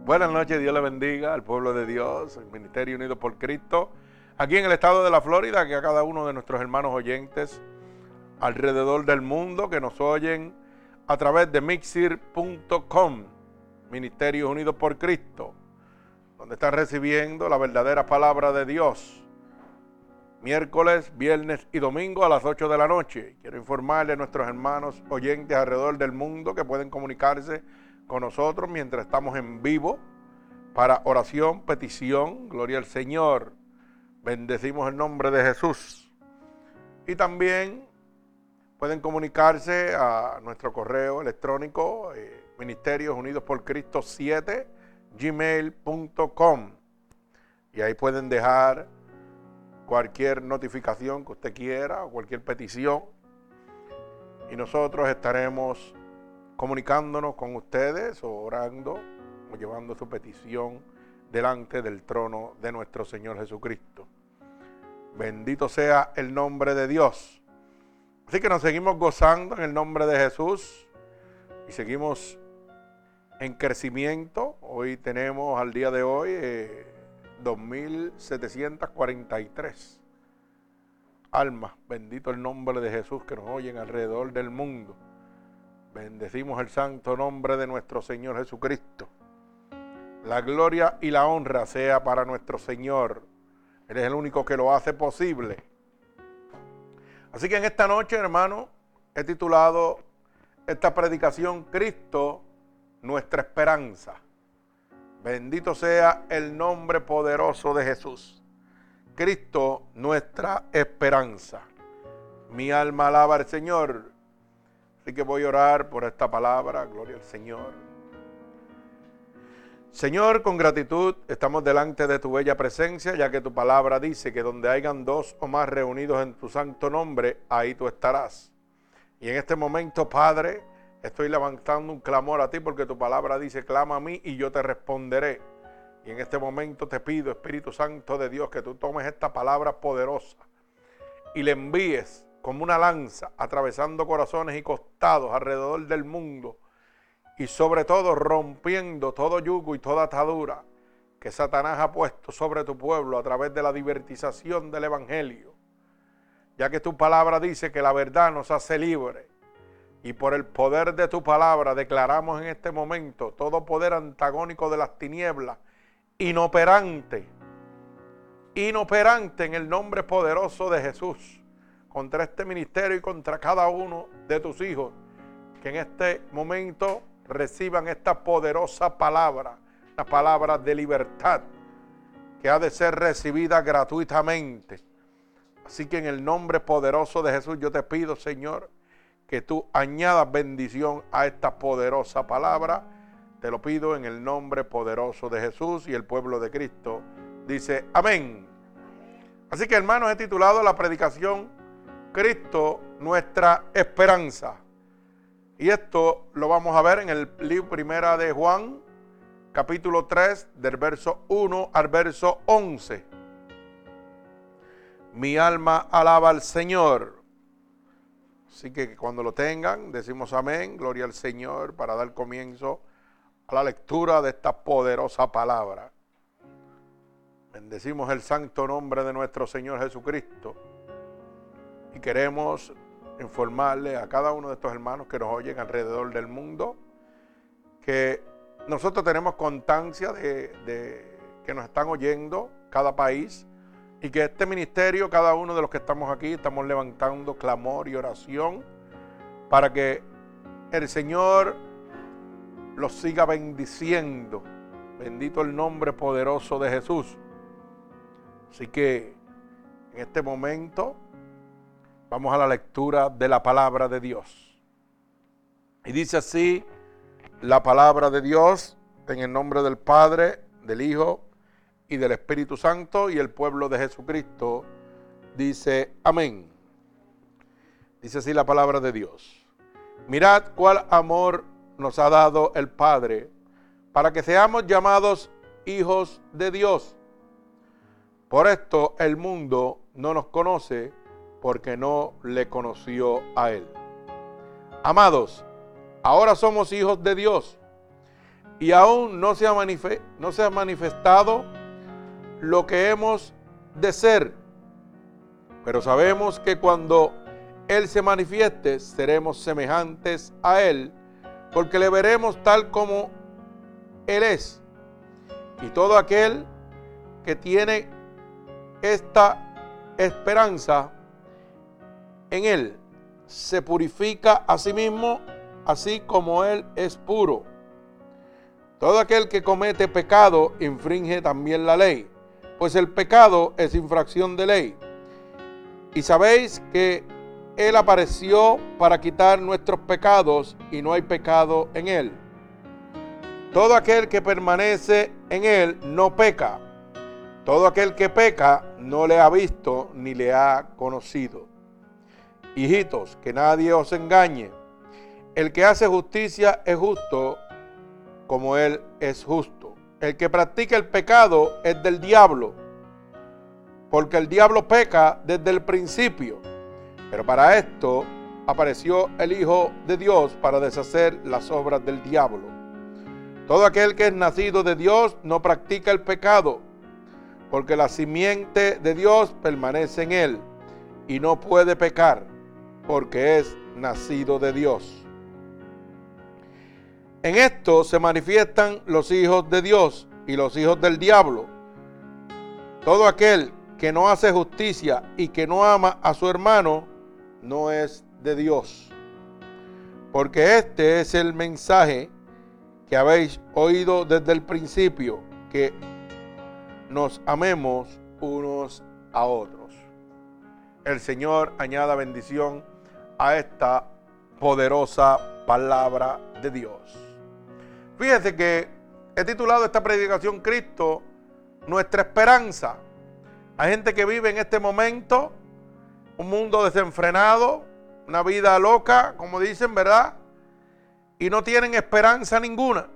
Buenas noches, Dios le bendiga al pueblo de Dios, el Ministerio Unido por Cristo, aquí en el estado de la Florida, que a cada uno de nuestros hermanos oyentes alrededor del mundo que nos oyen a través de Mixer.com, Ministerios Unidos por Cristo, donde están recibiendo la verdadera palabra de Dios, miércoles, viernes y domingo a las 8 de la noche. Quiero informarle a nuestros hermanos oyentes alrededor del mundo que pueden comunicarse con nosotros mientras estamos en vivo para oración, petición, gloria al Señor. Bendecimos el nombre de Jesús. Y también pueden comunicarse a nuestro correo electrónico Ministerios Unidos por Cristo 7 gmail.com, y ahí pueden dejar cualquier notificación que usted quiera o cualquier petición, y nosotros estaremos comunicándonos con ustedes o orando o llevando su petición delante del trono de nuestro Señor Jesucristo. Bendito sea el nombre de Dios. Así que nos seguimos gozando en el nombre de Jesús y seguimos en crecimiento. Hoy tenemos al día de hoy 2.743 almas. Bendito el nombre de Jesús que nos oyen alrededor del mundo. Bendecimos el santo nombre de nuestro Señor Jesucristo. La gloria y la honra sea para nuestro Señor. Él es el único que lo hace posible. Así que en esta noche, hermano, he titulado esta predicación Cristo, nuestra esperanza. Bendito sea el nombre poderoso de Jesús. Cristo, nuestra esperanza. Mi alma alaba al Señor. Así que voy a orar por esta palabra. Gloria al Señor. Señor, con gratitud estamos delante de tu bella presencia, ya que tu palabra dice que donde hayan dos o más reunidos en tu santo nombre, ahí tú estarás. Y en este momento, Padre, estoy levantando un clamor a ti, porque tu palabra dice, clama a mí y yo te responderé. Y en este momento te pido, Espíritu Santo de Dios, que tú tomes esta palabra poderosa y le envíes como una lanza, atravesando corazones y costados alrededor del mundo, y sobre todo rompiendo todo yugo y toda atadura que Satanás ha puesto sobre tu pueblo a través de la divertización del evangelio, ya que tu palabra dice que la verdad nos hace libre, y por el poder de tu palabra declaramos en este momento todo poder antagónico de las tinieblas inoperante en el nombre poderoso de Jesús, contra este ministerio y contra cada uno de tus hijos que en este momento reciban esta poderosa palabra, la palabra de libertad que ha de ser recibida gratuitamente. Así que en el nombre poderoso de Jesús yo te pido, Señor, que tú añadas bendición a esta poderosa palabra. Te lo pido en el nombre poderoso de Jesús, y el pueblo de Cristo dice amén. Así que, hermanos, he titulado la predicación Cristo, nuestra esperanza. Y esto lo vamos a ver en el libro Primera de Juan, capítulo 3, del verso 1 al verso 11. Mi alma alaba al Señor. Así que cuando lo tengan, decimos amén, gloria al Señor, para dar comienzo a la lectura de esta poderosa palabra. Bendecimos el santo nombre de nuestro Señor Jesucristo. Y queremos informarle a cada uno de estos hermanos que nos oyen alrededor del mundo que nosotros tenemos constancia de que nos están oyendo cada país, y que este ministerio, cada uno de los que estamos aquí, estamos levantando clamor y oración para que el Señor los siga bendiciendo. Bendito el nombre poderoso de Jesús. Así que en este momento vamos a la lectura de la palabra de Dios. Y dice así la palabra de Dios, en el nombre del Padre, del Hijo y del Espíritu Santo, y el pueblo de Jesucristo dice amén. Dice así la palabra de Dios. Mirad cuál amor nos ha dado el Padre, para que seamos llamados hijos de Dios. Por esto el mundo no nos conoce, porque no le conoció a Él. Amados, ahora somos hijos de Dios, y aún no se ha manifestado lo que hemos de ser. Pero sabemos que cuando Él se manifieste, seremos semejantes a Él, porque le veremos tal como Él es. Y todo aquel que tiene esta esperanza en Él se purifica a sí mismo, así como Él es puro. Todo aquel que comete pecado infringe también la ley, pues el pecado es infracción de ley. Y sabéis que Él apareció para quitar nuestros pecados y no hay pecado en Él. Todo aquel que permanece en Él no peca. Todo aquel que peca no le ha visto ni le ha conocido. Hijitos, que nadie os engañe. El que hace justicia es justo como Él es justo. El que practica el pecado es del diablo, porque el diablo peca desde el principio. Pero para esto apareció el Hijo de Dios para deshacer las obras del diablo. Todo aquel que es nacido de Dios no practica el pecado, porque la simiente de Dios permanece en él y no puede pecar, porque es nacido de Dios. En esto se manifiestan los hijos de Dios y los hijos del diablo. Todo aquel que no hace justicia y que no ama a su hermano no es de Dios. Porque este es el mensaje que habéis oído desde el principio, que nos amemos unos a otros. El Señor añada bendición a esta poderosa palabra de Dios. Fíjese que he titulado esta predicación Cristo, nuestra esperanza. Hay gente que vive en este momento un mundo desenfrenado, una vida loca, como dicen, ¿verdad? Y no tienen esperanza ninguna.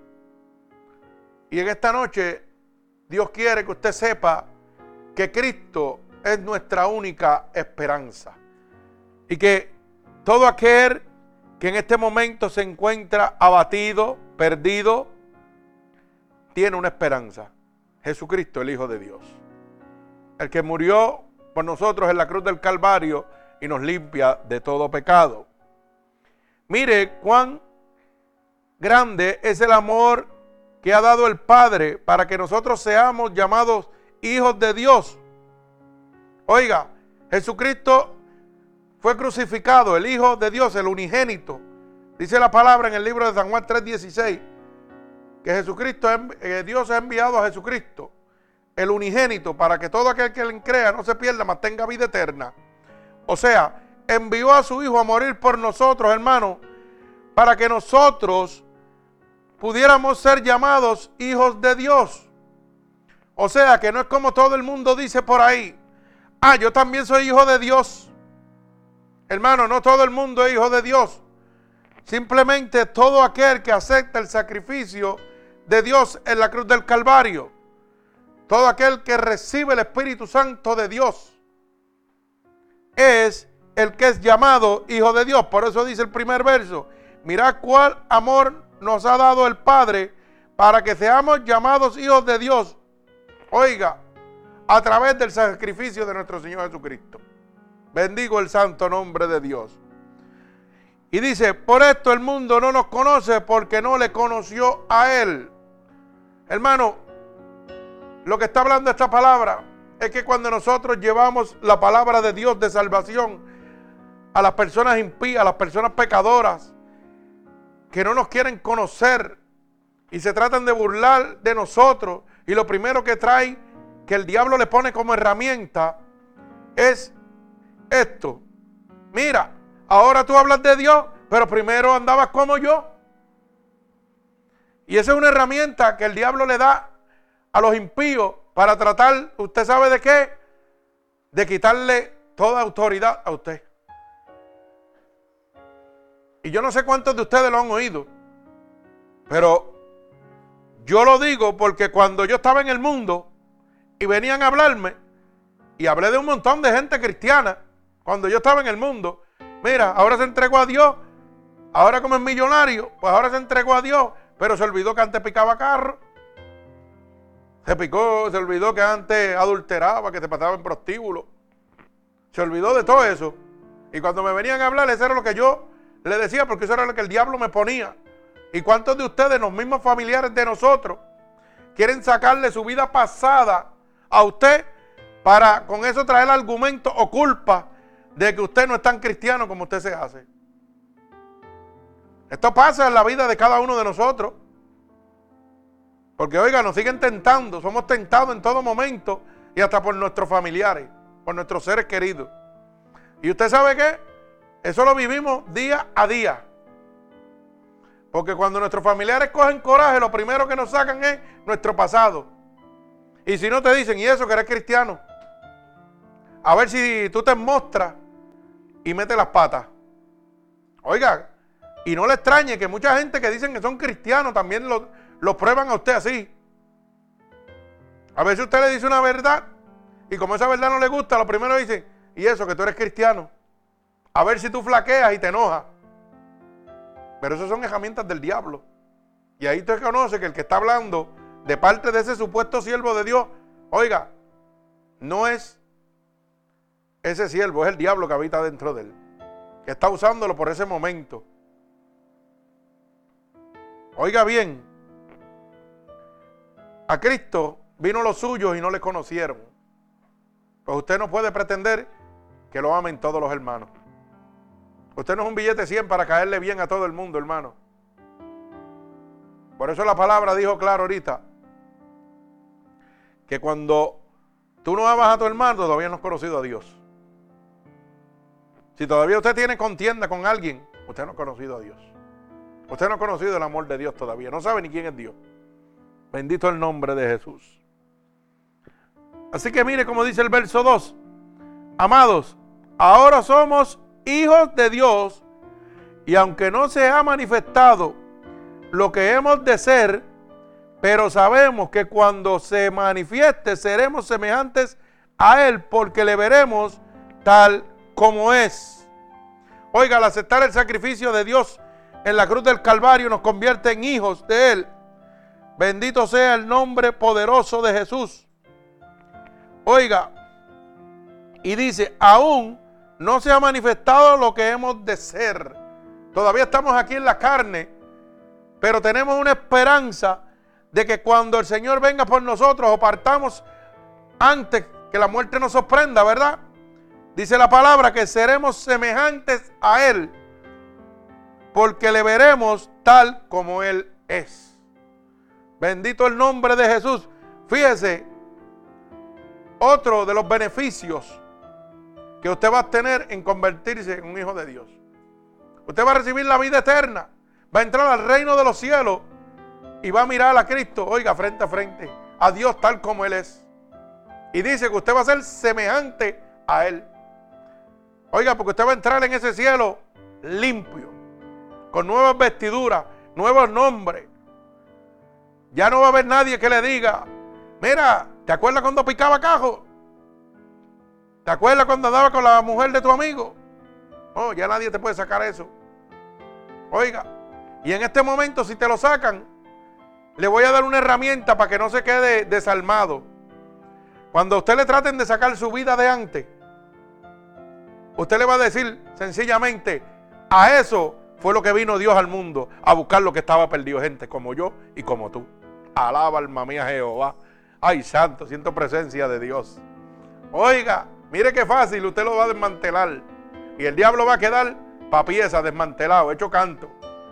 Y en esta noche Dios quiere que usted sepa que Cristo es nuestra única esperanza. Y que todo aquel que en este momento se encuentra abatido, perdido, tiene una esperanza. Jesucristo, el Hijo de Dios. El que murió por nosotros en la cruz del Calvario y nos limpia de todo pecado. Mire cuán grande es el amor que ha dado el Padre para que nosotros seamos llamados hijos de Dios. Oiga, Jesucristo fue crucificado, el Hijo de Dios, el unigénito. Dice la palabra en el libro de San Juan 3:16, que Jesucristo, Dios ha enviado a Jesucristo, el unigénito, para que todo aquel que le crea no se pierda, mas tenga vida eterna. O sea, envió a su Hijo a morir por nosotros, hermano, para que nosotros pudiéramos ser llamados hijos de Dios. O sea, que no es como todo el mundo dice por ahí: ah, yo también soy hijo de Dios. Hermano, no todo el mundo es hijo de Dios. Simplemente todo aquel que acepta el sacrificio de Dios en la cruz del Calvario. Todo aquel que recibe el Espíritu Santo de Dios es el que es llamado hijo de Dios. Por eso dice el primer verso: mirad cuál amor nos ha dado el Padre para que seamos llamados hijos de Dios. Oiga, a través del sacrificio de nuestro Señor Jesucristo. Bendigo el santo nombre de Dios. Y dice: por esto el mundo no nos conoce, porque no le conoció a Él. Hermano, lo que está hablando esta palabra es que cuando nosotros llevamos la palabra de Dios de salvación a las personas impías, a las personas pecadoras, que no nos quieren conocer y se tratan de burlar de nosotros, y lo primero que trae, que el diablo le pone como herramienta, es esto: mira, ahora tú hablas de Dios, pero primero andabas como yo. Y esa es una herramienta que el diablo le da a los impíos para tratar, ¿usted sabe de qué? De quitarle toda autoridad a usted. Y yo no sé cuántos de ustedes lo han oído, pero yo lo digo porque cuando yo estaba en el mundo y venían a hablarme, y hablé de un montón de gente cristiana, cuando yo estaba en el mundo: mira, ahora se entregó a Dios, ahora como es millonario, pues ahora se entregó a Dios, pero se olvidó que antes picaba carro. Se olvidó que antes adulteraba, que se pasaba en prostíbulo. Se olvidó de todo eso. Y cuando me venían a hablar, eso era lo que yo le decía, porque eso era lo que el diablo me ponía. ¿Y cuántos de ustedes, los mismos familiares de nosotros, quieren sacarle su vida pasada a usted para con eso traer argumentos o culpa de que usted no es tan cristiano como usted se hace? Esto pasa en la vida de cada uno de nosotros. Porque oiga, nos siguen tentando, somos tentados en todo momento y hasta por nuestros familiares, por nuestros seres queridos. ¿Y usted sabe qué? Eso lo vivimos día a día. Porque cuando nuestros familiares cogen coraje, lo primero que nos sacan es nuestro pasado. Y si no te dicen, ¿y eso que eres cristiano? A ver si tú te mostras y metes las patas. Oiga, y no le extrañe que mucha gente que dicen que son cristianos también lo prueban a usted así. A veces usted le dice una verdad y como esa verdad no le gusta, lo primero dice, ¿y eso que tú eres cristiano? A ver si tú flaqueas y te enojas. Pero esas son herramientas del diablo. Y ahí usted conoce que el que está hablando de parte de ese supuesto siervo de Dios, oiga, no es ese siervo, es el diablo que habita dentro de él, que está usándolo por ese momento. Oiga bien, a Cristo vino los suyos y no le conocieron. Pues usted no puede pretender que lo amen todos los hermanos. Usted no es un billete 100 para caerle bien a todo el mundo, hermano. Por eso la palabra dijo claro ahorita, que cuando tú no amas a tu hermano, todavía no has conocido a Dios. Si todavía usted tiene contienda con alguien, usted no ha conocido a Dios. Usted no ha conocido el amor de Dios todavía. No sabe ni quién es Dios. Bendito el nombre de Jesús. Así que mire como dice el verso 2. Amados, ahora somos hijos de Dios y aunque no se ha manifestado lo que hemos de ser, pero sabemos que cuando se manifieste seremos semejantes a Él porque le veremos tal como es. Oiga, al aceptar el sacrificio de Dios en la cruz del Calvario nos convierte en hijos de Él. Bendito sea el nombre poderoso de Jesús. Oiga, y dice, aún no se ha manifestado lo que hemos de ser. Todavía estamos aquí en la carne, pero tenemos una esperanza de que cuando el Señor venga por nosotros o partamos antes que la muerte nos sorprenda, ¿verdad? Dice la palabra que seremos semejantes a Él, porque le veremos tal como Él es. Bendito el nombre de Jesús. Fíjese, otro de los beneficios que usted va a tener en convertirse en un hijo de Dios. Usted va a recibir la vida eterna, va a entrar al reino de los cielos y va a mirar a Cristo, oiga, frente a frente, a Dios tal como Él es. Y dice que usted va a ser semejante a Él. Oiga, porque usted va a entrar en ese cielo limpio, con nuevas vestiduras, nuevos nombres. Ya no va a haber nadie que le diga, mira, ¿te acuerdas cuando picaba cajo? ¿Te acuerdas cuando andaba con la mujer de tu amigo? No, ya nadie te puede sacar eso. Oiga, y en este momento si te lo sacan, le voy a dar una herramienta para que no se quede desarmado. Cuando a usted le traten de sacar su vida de antes, usted le va a decir sencillamente, a eso fue lo que vino Dios al mundo, a buscar lo que estaba perdido, gente como yo y como tú. Alaba alma mía Jehová. Ay, santo, siento presencia de Dios. Oiga, mire qué fácil, usted lo va a desmantelar. Y el diablo va a quedar pa' pieza, desmantelado, hecho canto.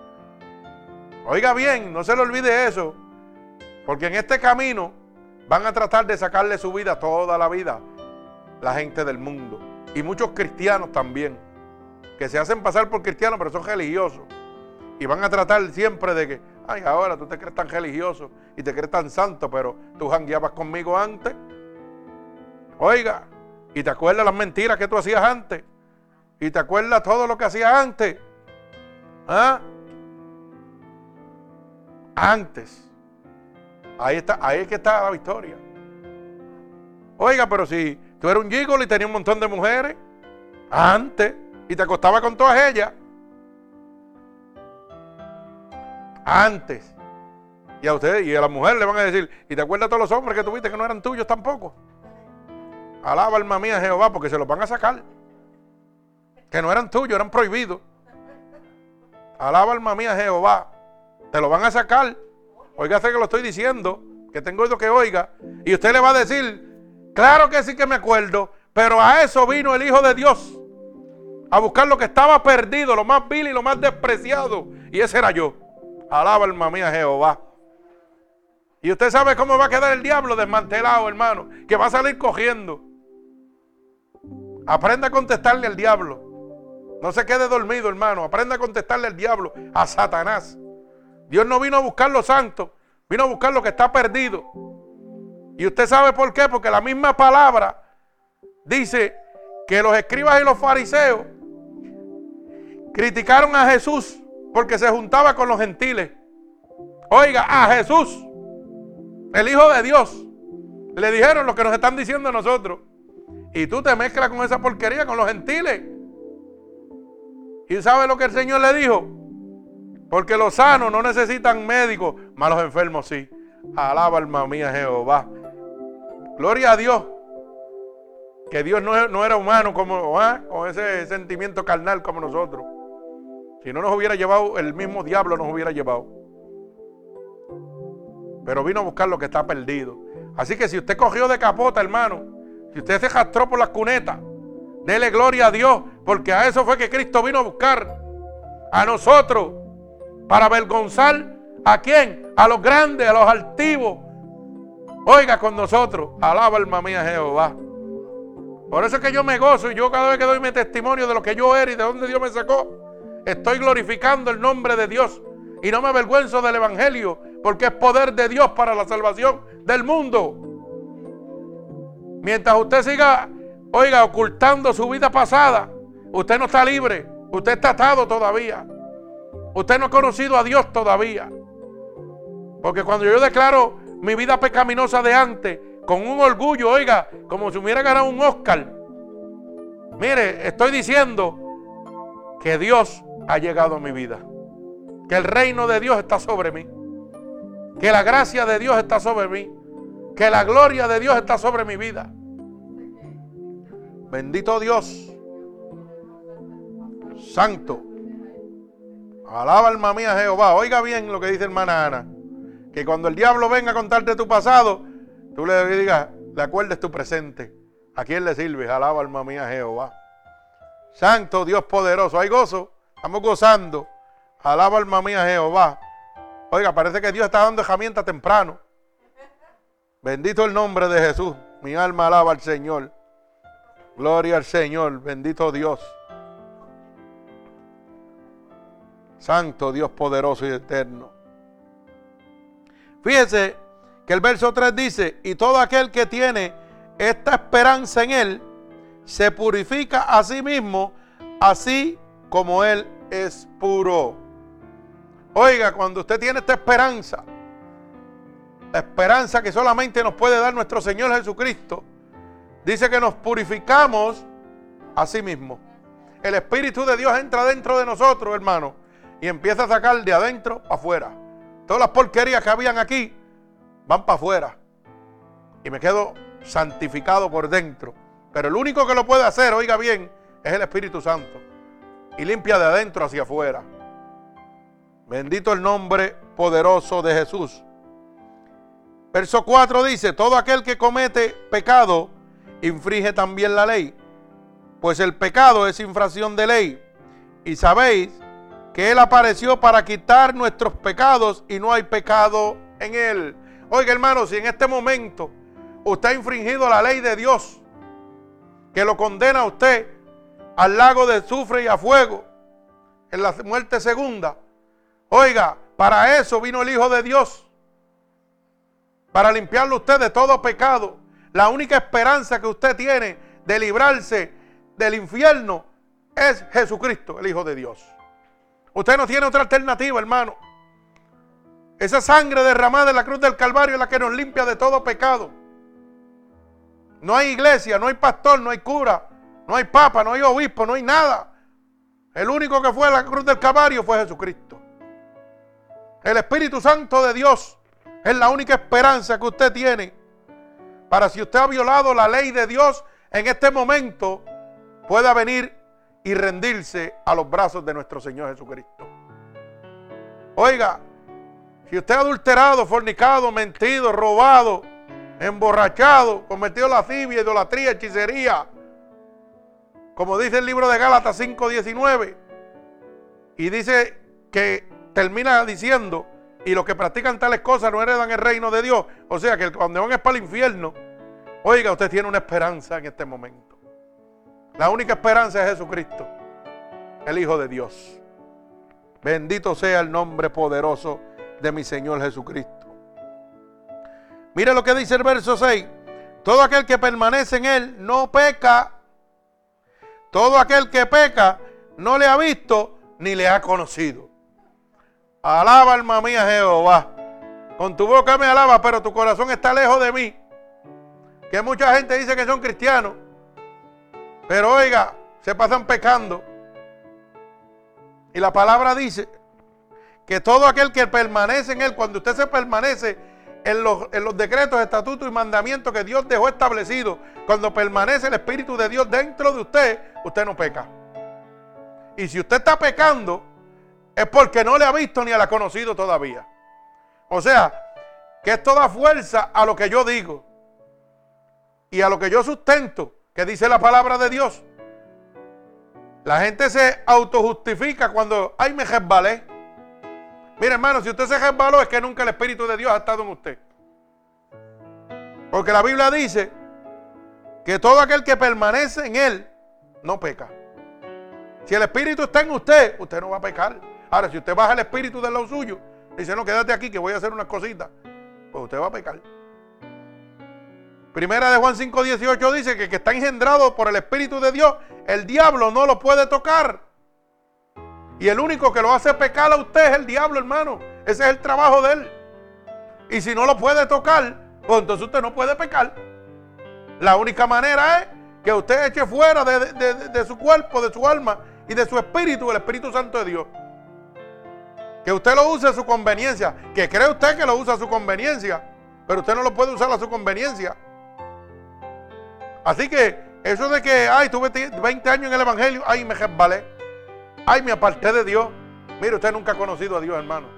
Oiga bien, no se le olvide eso. Porque en este camino van a tratar de sacarle su vida toda la vida la gente del mundo. Y muchos cristianos también, que se hacen pasar por cristianos, pero son religiosos. Y van a tratar siempre de que, ay, ahora tú te crees tan religioso y te crees tan santo, pero tú jangueabas conmigo antes. Oiga, y te acuerdas las mentiras que tú hacías antes. Y te acuerdas todo lo que hacías antes. ¿Ah? Antes. Ahí está, ahí es que está la victoria. Oiga, pero si tú eras un gigolo y tenías un montón de mujeres antes y te acostabas con todas ellas antes, Y a usted y a la mujer le van a decir, ¿y te acuerdas de todos los hombres que tuviste que no eran tuyos tampoco? Alaba alma mía a Jehová, porque se los van a sacar. Que no eran tuyos, eran prohibidos. Alaba alma mía a Jehová. Te lo van a sacar. Óigase que lo estoy diciendo, que tengo oído que oiga. Y usted le va a decir, claro que sí que me acuerdo, pero a eso vino el Hijo de Dios. A buscar lo que estaba perdido, lo más vil y lo más despreciado. Y ese era yo. Alaba alma mía a Jehová. Y usted sabe cómo va a quedar el diablo desmantelado, hermano. Que va a salir cogiendo. Aprenda a contestarle al diablo. No se quede dormido, hermano. Aprenda a contestarle al diablo, a Satanás. Dios no vino a buscar lo santo, vino a buscar lo que está perdido. Y usted sabe por qué, porque la misma palabra dice que los escribas y los fariseos criticaron a Jesús porque se juntaba con los gentiles. Oiga, a Jesús, el Hijo de Dios, le dijeron lo que nos están diciendo nosotros. Y tú te mezclas con esa porquería, con los gentiles. ¿Y sabe lo que el Señor le dijo? Porque los sanos no necesitan médicos, mas los enfermos sí. Alaba alma mía Jehová. Gloria a Dios. Que Dios no era humano como, con ese sentimiento carnal como nosotros. Si no nos hubiera llevado, el mismo diablo nos hubiera llevado. Pero vino a buscar lo que está perdido. Así que si usted cogió de capota, hermano, si usted se arrastró por las cunetas, dele gloria a Dios, porque a eso fue que Cristo vino a buscar. A nosotros. Para avergonzar ¿a quién? A los grandes, a los altivos. Oiga con nosotros. Alaba alma mía Jehová. Por eso es que yo me gozo y yo cada vez que doy mi testimonio de lo que yo era y de dónde Dios me sacó, estoy glorificando el nombre de Dios. Y no me avergüenzo del evangelio, porque es poder de Dios para la salvación del mundo. Mientras usted siga, oiga, ocultando su vida pasada, usted no está libre, usted está atado todavía. Usted no ha conocido a Dios todavía. Porque cuando yo declaro mi vida pecaminosa de antes, con un orgullo, oiga, como si me hubiera ganado un Oscar. Mire, estoy diciendo que Dios ha llegado a mi vida. Que el reino de Dios está sobre mí. Que la gracia de Dios está sobre mí. Que la gloria de Dios está sobre mi vida. Bendito Dios. Santo. Alaba alma mía Jehová. Oiga bien lo que dice hermana Ana. Que cuando el diablo venga a contarte tu pasado, tú le digas, le acuerdes tu presente. ¿A quién le sirves? Alaba alma mía Jehová. Santo Dios poderoso. Hay gozo. Estamos gozando. Alaba alma mía Jehová. Oiga, parece que Dios está dando herramientas temprano. Bendito el nombre de Jesús. Mi alma alaba al Señor. Gloria al Señor. Bendito Dios. Santo Dios poderoso y eterno. Fíjese que el verso 3 dice, y todo aquel que tiene esta esperanza en Él, se purifica a sí mismo, así como Él es puro. Oiga, cuando usted tiene esta esperanza, la esperanza que solamente nos puede dar nuestro Señor Jesucristo, dice que nos purificamos a sí mismo. El Espíritu de Dios entra dentro de nosotros, hermano, y empieza a sacar de adentro para afuera. Todas las porquerías que habían aquí van para afuera. Y me quedo santificado por dentro. Pero el único que lo puede hacer, oiga bien, es el Espíritu Santo. Y limpia de adentro hacia afuera. Bendito el nombre poderoso de Jesús. Verso 4 dice, todo aquel que comete pecado, infringe también la ley. Pues el pecado es infracción de ley. Y sabéis que Él apareció para quitar nuestros pecados y no hay pecado en Él. Oiga, hermano, si en este momento usted ha infringido la ley de Dios, que lo condena a usted al lago de azufre y a fuego, en la muerte segunda. Oiga, para eso vino el Hijo de Dios, para limpiarlo usted de todo pecado. La única esperanza que usted tiene de librarse del infierno es Jesucristo, el Hijo de Dios. Usted no tiene otra alternativa, hermano. Esa sangre derramada en la cruz del Calvario es la que nos limpia de todo pecado. No hay iglesia, no hay pastor, no hay cura, no hay papa, no hay obispo, no hay nada. El único que fue a la cruz del Calvario fue Jesucristo. El Espíritu Santo de Dios Es la única esperanza que usted tiene para, si usted ha violado la ley de Dios en este momento, pueda venir y rendirse a los brazos de nuestro Señor Jesucristo. Oiga, si usted ha adulterado, fornicado, mentido, robado, emborrachado, cometido lascivia, idolatría, hechicería, como dice el libro de Gálatas 5:19, y dice que termina diciendo, y los que practican tales cosas no heredan el reino de Dios. O sea que cuando van es para el infierno. Oiga, usted tiene una esperanza en este momento. La única esperanza es Jesucristo, el Hijo de Dios. Bendito sea el nombre poderoso de mi Señor Jesucristo. Mire lo que dice el verso 6. Todo aquel que permanece en Él no peca. Todo aquel que peca no le ha visto ni le ha conocido. Alaba, alma mía, Jehová. Con tu boca me alabas, pero tu corazón está lejos de mí. Que mucha gente dice que son cristianos, pero oiga, se pasan pecando. Y la palabra dice que todo aquel que permanece en Él, cuando usted se permanece en los decretos, estatutos y mandamientos que Dios dejó establecidos, cuando permanece el Espíritu de Dios dentro de usted, usted no peca. Y si usted está pecando, es porque no le ha visto ni le ha conocido todavía. O sea, que esto da fuerza a lo que yo digo y a lo que yo sustento, que dice la palabra de Dios. La gente se autojustifica cuando, ay, me resbalé. Mire, hermano, si usted se resbaló es que nunca el Espíritu de Dios ha estado en usted. Porque la Biblia dice que todo aquel que permanece en Él no peca. Si el Espíritu está en usted, usted no va a pecar. Ahora, si usted baja el Espíritu del lado suyo, dice, no, quédate aquí que voy a hacer unas cositas, pues usted va a pecar. Primera de Juan 5:18 dice que el que está engendrado por el Espíritu de Dios, el diablo no lo puede tocar. Y el único que lo hace pecar a usted es el diablo, hermano. Ese es el trabajo de él. Y si no lo puede tocar, pues entonces usted no puede pecar. La única manera es que usted eche fuera de su cuerpo, de su alma y de su espíritu, el Espíritu Santo de Dios. Que usted lo use a su conveniencia. Que cree usted que lo usa a su conveniencia, pero usted no lo puede usar a su conveniencia. Así que eso de que, ay, tuve 20 años en el Evangelio, ay, me resbalé, ay, me aparté de Dios. Mire, usted nunca ha conocido a Dios, hermano.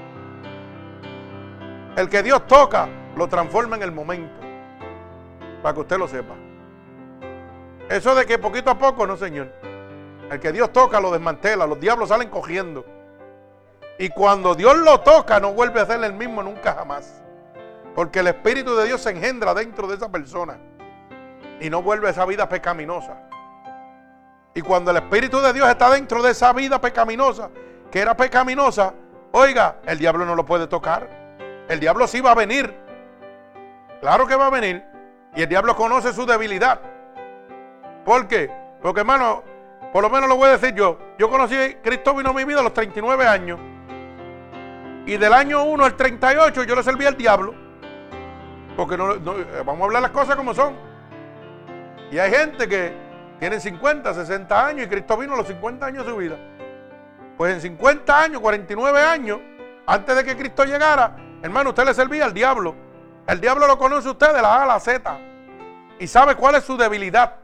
El que Dios toca, lo transforma en el momento. Para que usted lo sepa. Eso de que poquito a poco, no, señor. El que Dios toca, lo desmantela. Los diablos salen cogiendo. Y cuando Dios lo toca, no vuelve a ser el mismo nunca jamás. Porque el Espíritu de Dios se engendra dentro de esa persona. Y no vuelve a esa vida pecaminosa. Y cuando el Espíritu de Dios está dentro de esa vida pecaminosa, que era pecaminosa, oiga, el diablo no lo puede tocar. El diablo sí va a venir. Claro que va a venir. Y el diablo conoce su debilidad. ¿Por qué? Porque, hermano, por lo menos lo voy a decir yo. Yo conocí, Cristo vino a mi vida a los 39 años. Y del año 1 al 38 yo le serví al diablo. Porque vamos a hablar las cosas como son. Y hay gente que tienen 50, 60 años y Cristo vino a los 50 años de su vida. Pues en 50 años, 49 años, antes de que Cristo llegara, hermano, usted le servía al diablo. El diablo lo conoce usted de la A a la Z. Y sabe cuál es su debilidad.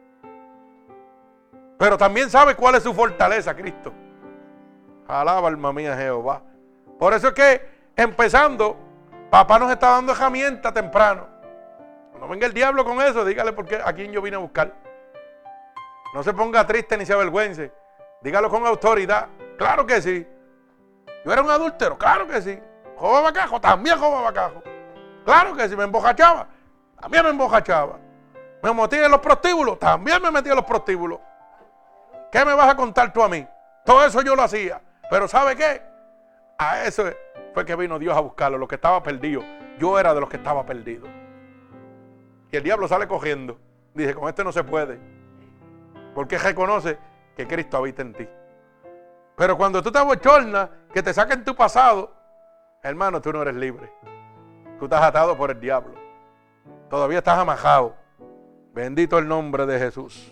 Pero también sabe cuál es su fortaleza, Cristo. Alaba, alma mía, Jehová. Por eso es que, empezando, papá nos está dando herramientas temprano. Cuando venga el diablo con eso, dígale a quién yo vine a buscar. No se ponga triste ni se avergüence. Dígalo con autoridad. Claro que sí. Yo era un adúltero, claro que sí. Jobaba cajo, también jobaba cajo. Claro que sí. Me embojachaba, también me embojachaba. Me metí en los prostíbulos, también me metí en los prostíbulos. ¿Qué me vas a contar tú a mí? Todo eso yo lo hacía. Pero ¿sabe qué? A eso fue que vino Dios a buscarlo, lo que estaba perdido. Yo era de los que estaba perdido. Y el diablo sale cogiendo. Dice, con este no se puede. Porque reconoce que Cristo habita en ti. Pero cuando tú te abochornas, que te saquen tu pasado, hermano, tú no eres libre. Tú estás atado por el diablo. Todavía estás amajado. Bendito el nombre de Jesús.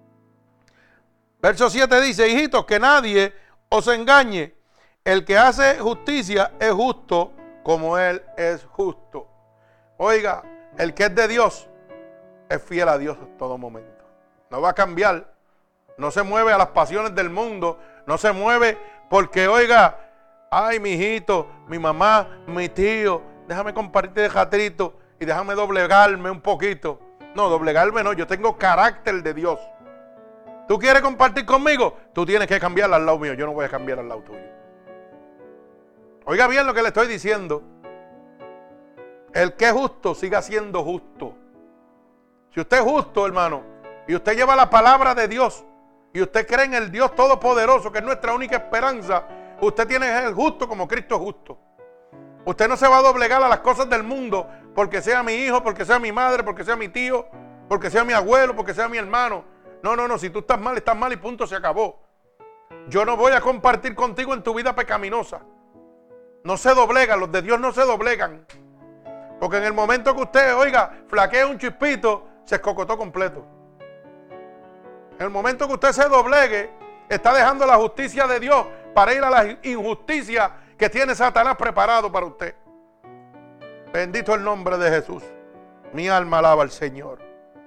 Verso 7 dice, hijitos, que nadie os engañe. El que hace justicia es justo como Él es justo. Oiga, el que es de Dios es fiel a Dios en todo momento. No va a cambiar. No se mueve a las pasiones del mundo. No se mueve porque, oiga, ay, mi hijito, mi mamá, mi tío, déjame compartir de jatrito y déjame doblegarme un poquito. No, doblegarme no, yo tengo carácter de Dios. ¿Tú quieres compartir conmigo? Tú tienes que cambiar al lado mío, yo no voy a cambiar al lado tuyo. Oiga bien lo que le estoy diciendo. El que es justo, siga siendo justo. Si usted es justo, hermano, y usted lleva la palabra de Dios, y usted cree en el Dios Todopoderoso, que es nuestra única esperanza, usted tiene que ser justo como Cristo es justo. Usted no se va a doblegar a las cosas del mundo porque sea mi hijo, porque sea mi madre, porque sea mi tío, porque sea mi abuelo, porque sea mi hermano. No, si tú estás mal y punto, se acabó. Yo no voy a compartir contigo en tu vida pecaminosa. No se doblegan, los de Dios no se doblegan. Porque en el momento que usted, oiga, flaquea un chispito, se escocotó completo. En el momento que usted se doblegue, está dejando la justicia de Dios para ir a la injusticia que tiene Satanás preparado para usted. Bendito el nombre de Jesús. Mi alma alaba al Señor.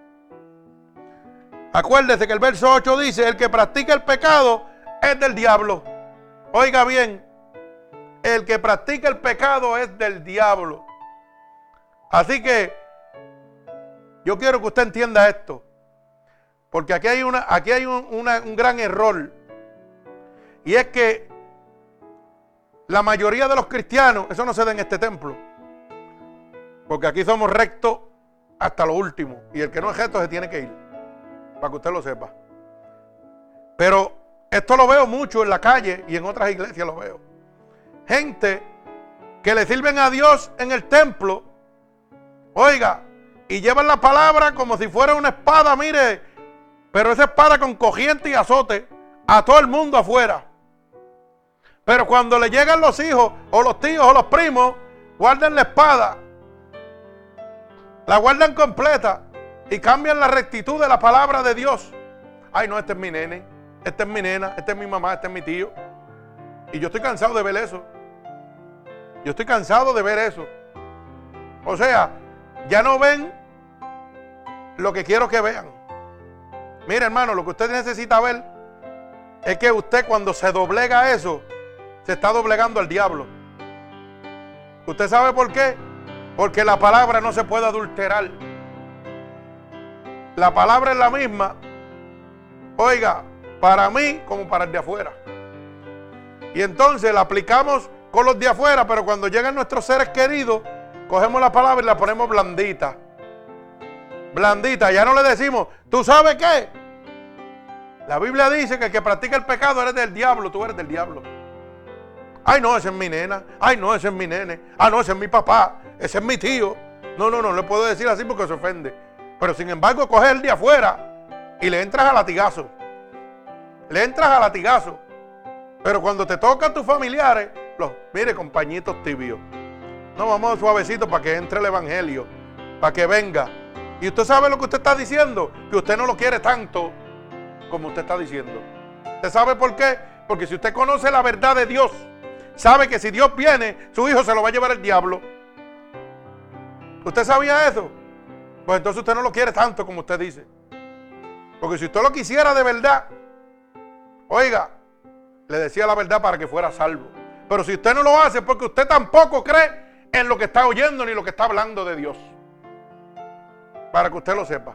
Acuérdese que el verso 8 dice, el que practica el pecado es del diablo. Oiga bien, el que practica el pecado es del diablo. Así que yo quiero que usted entienda esto. Porque aquí hay un gran error. Y es que la mayoría de los cristianos, eso no se da en este templo. Porque aquí somos rectos hasta lo último. Y el que no es recto se tiene que ir. Para que usted lo sepa. Pero esto lo veo mucho en la calle y en otras iglesias lo veo. Gente que le sirven a Dios en el templo. Oiga, y llevan la palabra como si fuera una espada, mire. Pero esa espada con cogiente y azote a todo el mundo afuera. Pero cuando le llegan los hijos o los tíos o los primos, guardan la espada. La guardan completa y cambian la rectitud de la palabra de Dios. Ay, no, este es mi nene, este es mi nena, este es mi mamá, este es mi tío. Y yo estoy cansado de ver eso. Yo estoy cansado de ver eso. O sea, ya no ven lo que quiero que vean. Mire, hermano, lo que usted necesita ver es que usted cuando se doblega a eso, se está doblegando al diablo. ¿Usted sabe por qué? Porque la palabra no se puede adulterar. La palabra es la misma, oiga, para mí como para el de afuera. Y entonces la aplicamos con los de afuera, pero cuando llegan nuestros seres queridos, cogemos la palabra y la ponemos blandita. Blandita, ya no le decimos, ¿tú sabes qué? La Biblia dice que el que practica el pecado eres del diablo, tú eres del diablo. Ay, no, ese es mi nena. Ay, no, ese es mi nene. Ah, no, ese es mi papá. Ese es mi tío. No le puedo decir así porque se ofende. Pero sin embargo, coges el de afuera y le entras a latigazo. Le entras a latigazo. Pero cuando te tocan tus familiares, mire, compañitos tibios. No, vamos suavecito para que entre el evangelio, para que venga. Y usted sabe lo que usted está diciendo, que usted no lo quiere tanto como usted está diciendo. ¿Usted sabe por qué? Porque si usted conoce la verdad de Dios, sabe que si Dios viene, su hijo se lo va a llevar el diablo. ¿Usted sabía eso? Pues entonces usted no lo quiere tanto como usted dice. Porque si usted lo quisiera de verdad, oiga, le decía la verdad para que fuera salvo. Pero si usted no lo hace, es porque usted tampoco cree en lo que está oyendo ni lo que está hablando de Dios. Para que usted lo sepa.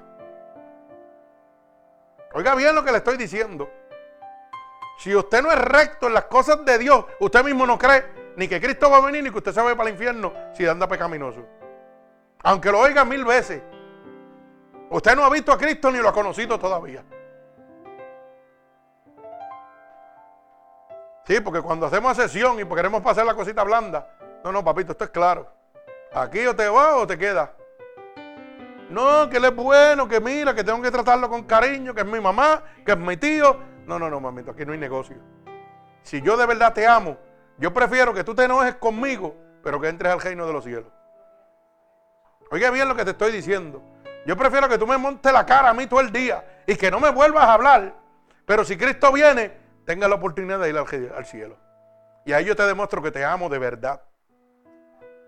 Oiga bien lo que le estoy diciendo. Si usted no es recto en las cosas de Dios, usted mismo no cree ni que Cristo va a venir ni que usted se vaya para el infierno si anda pecaminoso. Aunque lo oiga 1000 veces. Usted no ha visto a Cristo ni lo ha conocido todavía. Sí, porque cuando hacemos sesión y queremos pasar la cosita blanda, no, papito, esto es claro. Aquí o te vas o te quedas. No, que él es bueno, que mira, que tengo que tratarlo con cariño, que es mi mamá, que es mi tío. No, mamito, aquí no hay negocio. Si yo de verdad te amo, yo prefiero que tú te enojes conmigo, pero que entres al reino de los cielos. Oiga bien lo que te estoy diciendo. Yo prefiero que tú me montes la cara a mí todo el día y que no me vuelvas a hablar. Pero si Cristo viene, tenga la oportunidad de ir al cielo. Y ahí yo te demuestro que te amo de verdad.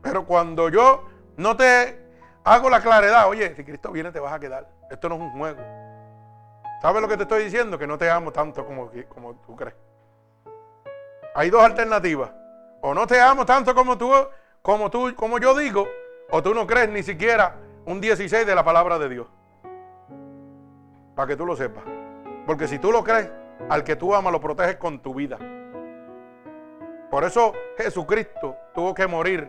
Pero cuando yo no te hago la claridad, oye, si Cristo viene te vas a quedar. Esto no es un juego. ¿Sabes lo que te estoy diciendo? Que no te amo tanto como tú crees. Hay dos alternativas. O no te amo tanto como yo digo, o tú no crees ni siquiera un 16 de la palabra de Dios. Para que tú lo sepas. Porque si tú lo crees, al que tú amas lo proteges con tu vida. Por eso Jesucristo tuvo que morir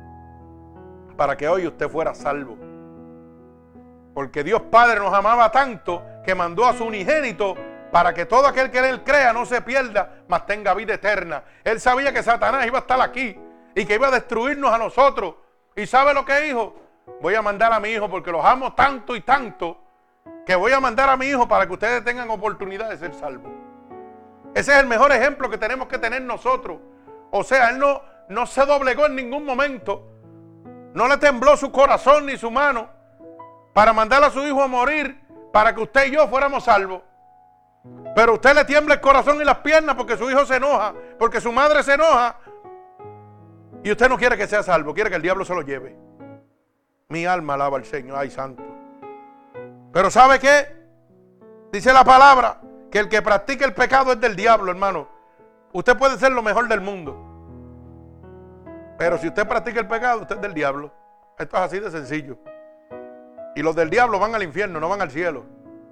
para que hoy usted fuera salvo. Porque Dios Padre nos amaba tanto que mandó a su unigénito para que todo aquel que en Él crea no se pierda, mas tenga vida eterna. Él sabía que Satanás iba a estar aquí y que iba a destruirnos a nosotros. ¿Y sabe lo que dijo? Voy a mandar a mi hijo porque los amo tanto y tanto que voy a mandar a mi hijo para que ustedes tengan oportunidad de ser salvos. Ese es el mejor ejemplo que tenemos que tener nosotros. O sea, Él no se doblegó en ningún momento. No le tembló su corazón ni su mano para mandar a su hijo a morir para que usted y yo fuéramos salvos. Pero usted le tiembla el corazón y las piernas porque su hijo se enoja, porque su madre se enoja. Y usted no quiere que sea salvo, quiere que el diablo se lo lleve. Mi alma alaba al Señor, ay santo. Pero ¿sabe qué? Dice la palabra que el que practica el pecado es del diablo, hermano. Usted puede ser lo mejor del mundo, pero si usted practica el pecado, usted es del diablo. Esto es así de sencillo. Y los del diablo van al infierno, no van al cielo.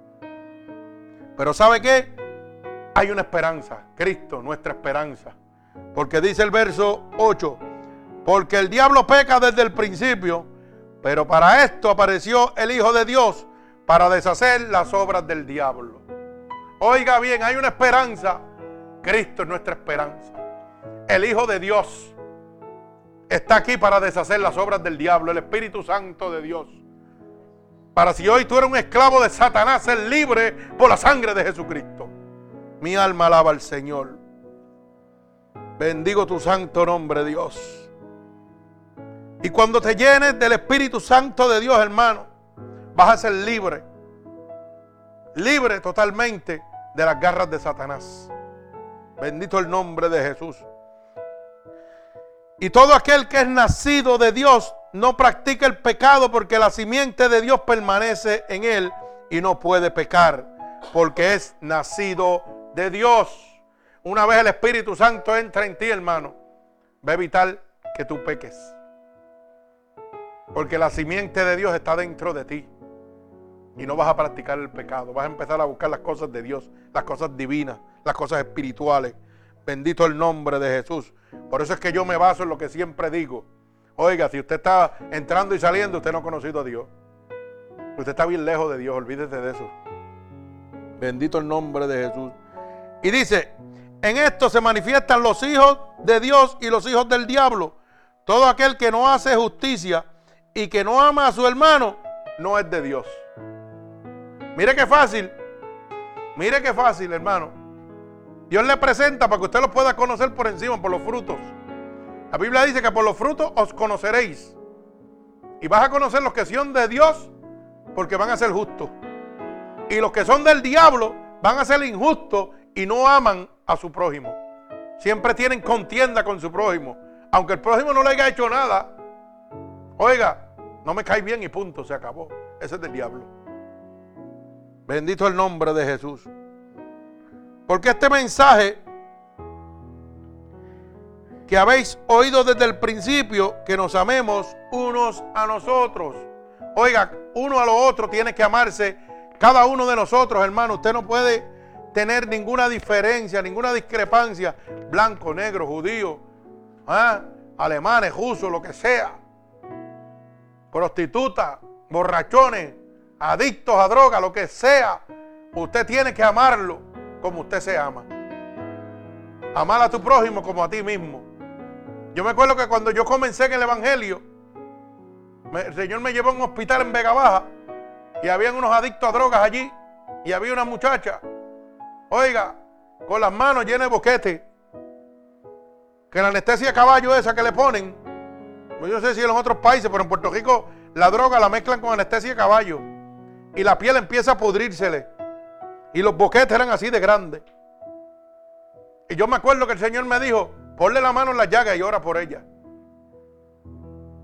Pero ¿sabe qué? Hay una esperanza. Cristo, nuestra esperanza. Porque dice el verso 8: porque el diablo peca desde el principio, pero para esto apareció el Hijo de Dios, para deshacer las obras del diablo. Oiga bien, hay una esperanza. Cristo es nuestra esperanza. El Hijo de Dios está aquí para deshacer las obras del diablo. El Espíritu Santo de Dios. Para si hoy tú eres un esclavo de Satanás, ser libre por la sangre de Jesucristo. Mi alma alaba al Señor. Bendigo tu santo nombre, Dios. Y cuando te llenes del Espíritu Santo de Dios, hermano, vas a ser libre. Libre totalmente de las garras de Satanás. Bendito el nombre de Jesús. Y todo aquel que es nacido de Dios no practica el pecado, porque la simiente de Dios permanece en él y no puede pecar, porque es nacido de Dios. Una vez el Espíritu Santo entra en ti, hermano, va a evitar que tú peques, porque la simiente de Dios está dentro de ti y no vas a practicar el pecado. Vas a empezar a buscar las cosas de Dios, las cosas divinas, las cosas espirituales. Bendito el nombre de Jesús. Por eso es que yo me baso en lo que siempre digo. Oiga, si usted está entrando y saliendo, usted no ha conocido a Dios. Usted está bien lejos de Dios, olvídese de eso. Bendito el nombre de Jesús. Y dice: en esto se manifiestan los hijos de Dios y los hijos del diablo. Todo aquel que no hace justicia y que no ama a su hermano, no es de Dios. Mire qué fácil. Mire qué fácil, hermano. Dios le presenta para que usted los pueda conocer por encima, por los frutos. La Biblia dice que por los frutos os conoceréis. Y vas a conocer los que son de Dios, porque van a ser justos. Y los que son del diablo van a ser injustos y no aman a su prójimo. Siempre tienen contienda con su prójimo. Aunque el prójimo no le haya hecho nada. Oiga, no me cae bien y punto, se acabó. Ese es del diablo. Bendito el nombre de Jesús. Porque este mensaje que habéis oído desde el principio, que nos amemos unos a nosotros. Oiga, uno a lo otro tiene que amarse cada uno de nosotros, hermano. Usted no puede tener ninguna diferencia, ninguna discrepancia. Blanco, negro, judío, alemanes, rusos, lo que sea. Prostitutas, borrachones, adictos a droga, lo que sea. Usted tiene que amarlo como usted se ama. Amar a tu prójimo como a ti mismo. Yo me acuerdo que cuando yo comencé en el evangelio, el Señor me llevó a un hospital en Vega Baja y habían unos adictos a drogas allí y había una muchacha, oiga, con las manos llenas de boquete, que la anestesia de caballo esa que le ponen, yo no sé si en los otros países, pero en Puerto Rico la droga la mezclan con anestesia de caballo y la piel empieza a pudrírsele y los boquetes eran así de grandes. Y yo me acuerdo que el Señor me dijo: ponle la mano en la llaga y ora por ella.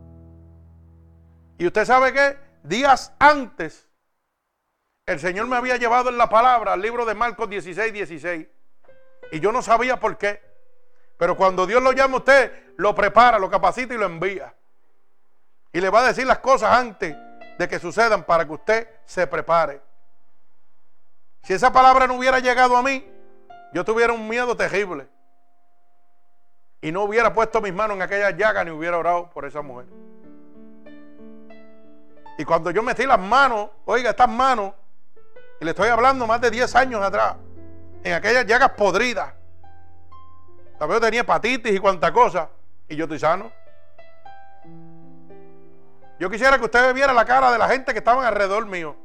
Y usted sabe que días antes el Señor me había llevado en la palabra al libro de Marcos 16:16. Y yo no sabía por qué. Pero cuando Dios lo llama a usted, lo prepara, lo capacita y lo envía. Y le va a decir las cosas antes de que sucedan para que usted se prepare. Si esa palabra no hubiera llegado a mí, yo tuviera un miedo terrible. Y no hubiera puesto mis manos en aquella llaga ni hubiera orado por esa mujer. Y cuando yo metí las manos, oiga, estas manos, y le estoy hablando más de 10 años atrás, en aquellas llagas podridas. También yo tenía hepatitis y cuanta cosa, y yo estoy sano. Yo quisiera que usted viera la cara de la gente que estaban alrededor mío.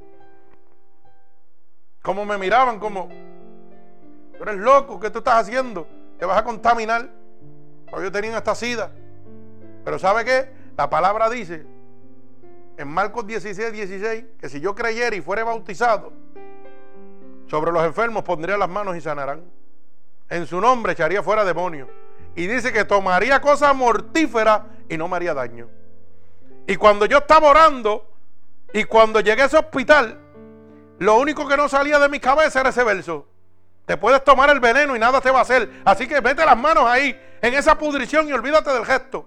Cómo me miraban, como, tú eres loco, ¿qué tú estás haciendo? Te vas a contaminar. Ellos tenían hasta sida. Pero ¿sabe qué? La palabra dice en Marcos 16:16 que si yo creyera y fuera bautizado, sobre los enfermos pondría las manos y sanarán. En su nombre echaría fuera demonios. Y dice que tomaría cosas mortíferas y no me haría daño. Y cuando yo estaba orando y cuando llegué a ese hospital, lo único que no salía de mi cabeza era ese verso: te puedes tomar el veneno y nada te va a hacer. Así que mete las manos ahí, en esa pudrición, y olvídate del gesto.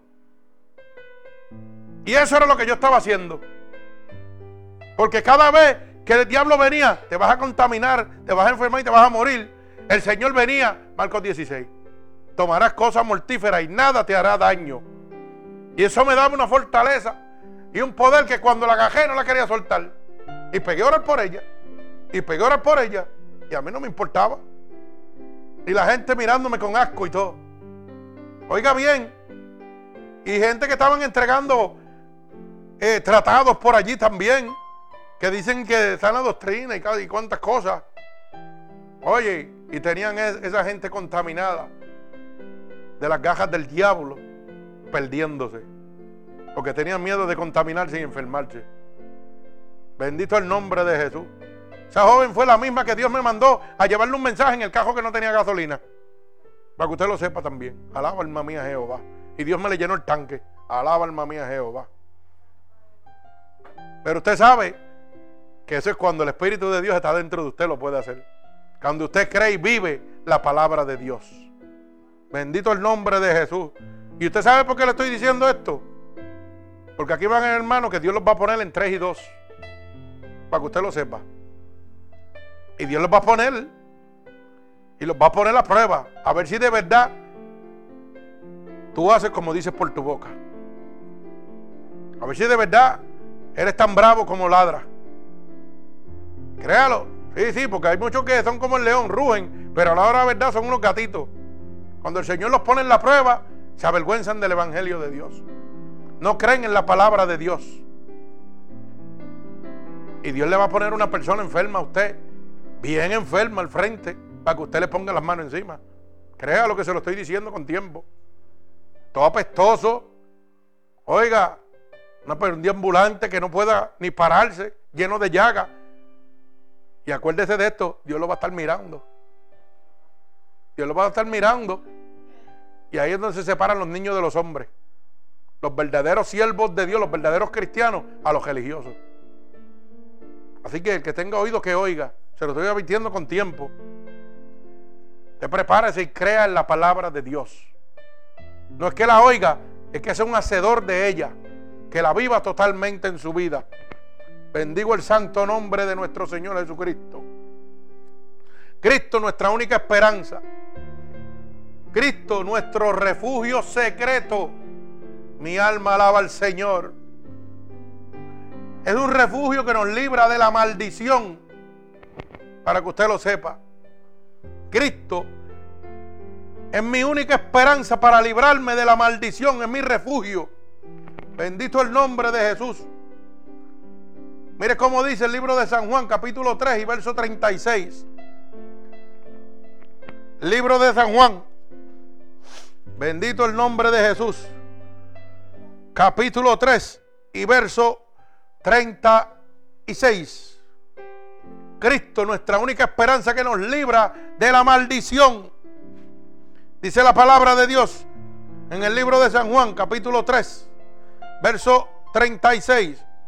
Y eso era lo que yo estaba haciendo. Porque cada vez que el diablo venía, te vas a contaminar, te vas a enfermar y te vas a morir, el Señor venía, Marcos 16, tomarás cosas mortíferas y nada te hará daño. Y eso me daba una fortaleza y un poder que cuando la agajé no la quería soltar. Y pegué a orar por ella. Y pegué a orar por ella. Y a mí no me importaba. Y la gente mirándome con asco y todo. Oiga bien. Y gente que estaban entregando tratados por allí también, que dicen que están la doctrina y cuántas cosas. Oye, y tenían esa gente contaminada de las gajas del diablo, perdiéndose, porque tenían miedo de contaminarse y enfermarse. Bendito el nombre de Jesús. Esa joven fue la misma que Dios me mandó a llevarle un mensaje en el carro que no tenía gasolina, para que usted lo sepa también. Alaba alma mía Jehová. Y Dios me le llenó el tanque. Alaba alma mía Jehová. Pero usted sabe que eso es cuando el Espíritu de Dios está dentro de usted, lo puede hacer. Cuando usted cree y vive la palabra de Dios. Bendito el nombre de Jesús. ¿Y usted sabe por qué le estoy diciendo esto? Porque aquí van, hermanos, que Dios los va a poner en 3 y 2. Para que usted lo sepa. Y Dios los va a poner. Y los va a poner a prueba. A ver si de verdad tú haces como dices por tu boca. A ver si de verdad eres tan bravo como ladra. Créalo. Sí, porque hay muchos que son como el león, rugen, pero a la hora de la verdad son unos gatitos. Cuando el Señor los pone en la prueba, se avergüenzan del evangelio de Dios. No creen en la palabra de Dios. Y Dios le va a poner una persona enferma a usted, bien enferma al frente, para que usted le ponga las manos encima. Crea lo que se lo estoy diciendo con tiempo. Todo apestoso. Oiga, un deambulante que no pueda ni pararse, lleno de llagas. Y acuérdese de esto, Dios lo va a estar mirando. Dios lo va a estar mirando. Y ahí es donde se separan los niños de los hombres. Los verdaderos siervos de Dios, los verdaderos cristianos, a los religiosos. Así que el que tenga oído que oiga. Se lo estoy advirtiendo con tiempo. Usted prepárese y crea en la palabra de Dios. No es que la oiga, es que sea un hacedor de ella. Que la viva totalmente en su vida. Bendigo el santo nombre de nuestro Señor Jesucristo. Cristo, nuestra única esperanza. Cristo, nuestro refugio secreto. Mi alma alaba al Señor. Es un refugio que nos libra de la maldición. Para que usted lo sepa. Cristo es mi única esperanza para librarme de la maldición. Es mi refugio. Bendito el nombre de Jesús. Mire cómo dice el libro de San Juan, capítulo 3 y verso 36. Libro de San Juan. Bendito el nombre de Jesús. Capítulo 3 y verso 36. Cristo, nuestra única esperanza que nos libra de la maldición. Dice la palabra de Dios en el libro de San Juan, capítulo 3, verso 36.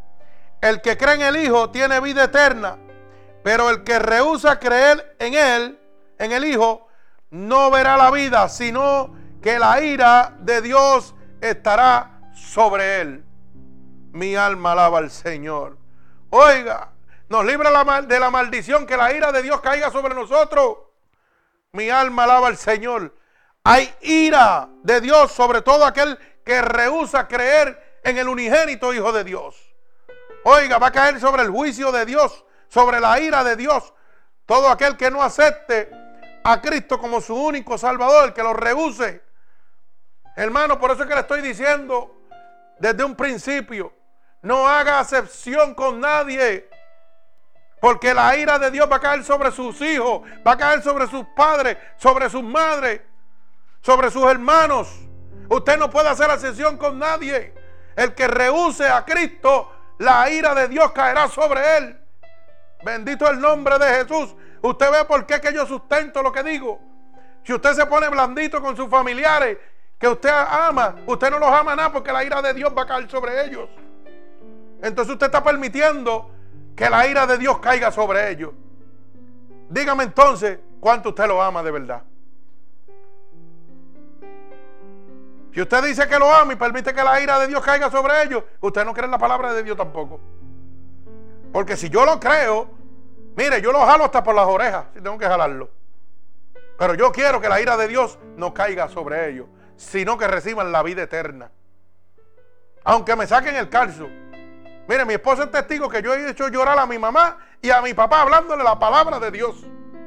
el que cree en el Hijo, tiene vida eterna, pero el que rehúsa creer en Él, en el Hijo, no verá la vida, sino que la ira de Dios estará sobre él. Mi alma alaba al Señor. Oiga, nos libra de la maldición, que la ira de Dios caiga sobre nosotros. Mi alma alaba al Señor. Hay ira de Dios sobre todo aquel que rehúsa creer en el unigénito Hijo de Dios. Oiga, va a caer sobre el juicio de Dios, sobre la ira de Dios. Todo aquel que no acepte a Cristo como su único Salvador, el que lo rehúse. Hermano, por eso es que le estoy diciendo desde un principio, no haga acepción con nadie, porque la ira de Dios va a caer sobre sus hijos, va a caer sobre sus padres, sobre sus madres, sobre sus hermanos. Usted no puede hacer acepción con nadie. El que rehúse a Cristo, la ira de Dios caerá sobre él. Bendito el nombre de Jesús. Usted ve por qué que yo sustento lo que digo. Si usted se pone blandito con sus familiares que usted ama, usted no los ama nada, porque la ira de Dios va a caer sobre ellos. Entonces usted está permitiendo que la ira de Dios caiga sobre ellos. Dígame entonces cuánto usted lo ama de verdad. Si usted dice que lo ama y permite que la ira de Dios caiga sobre ellos, usted no cree en la palabra de Dios tampoco. Porque si yo lo creo, mire, yo lo jalo hasta por las orejas, si tengo que jalarlo. Pero yo quiero que la ira de Dios no caiga sobre ellos, sino que reciban la vida eterna. Aunque me saquen el calzo. Mire, mi esposa es testigo que yo he hecho llorar a mi mamá y a mi papá hablándole la palabra de Dios.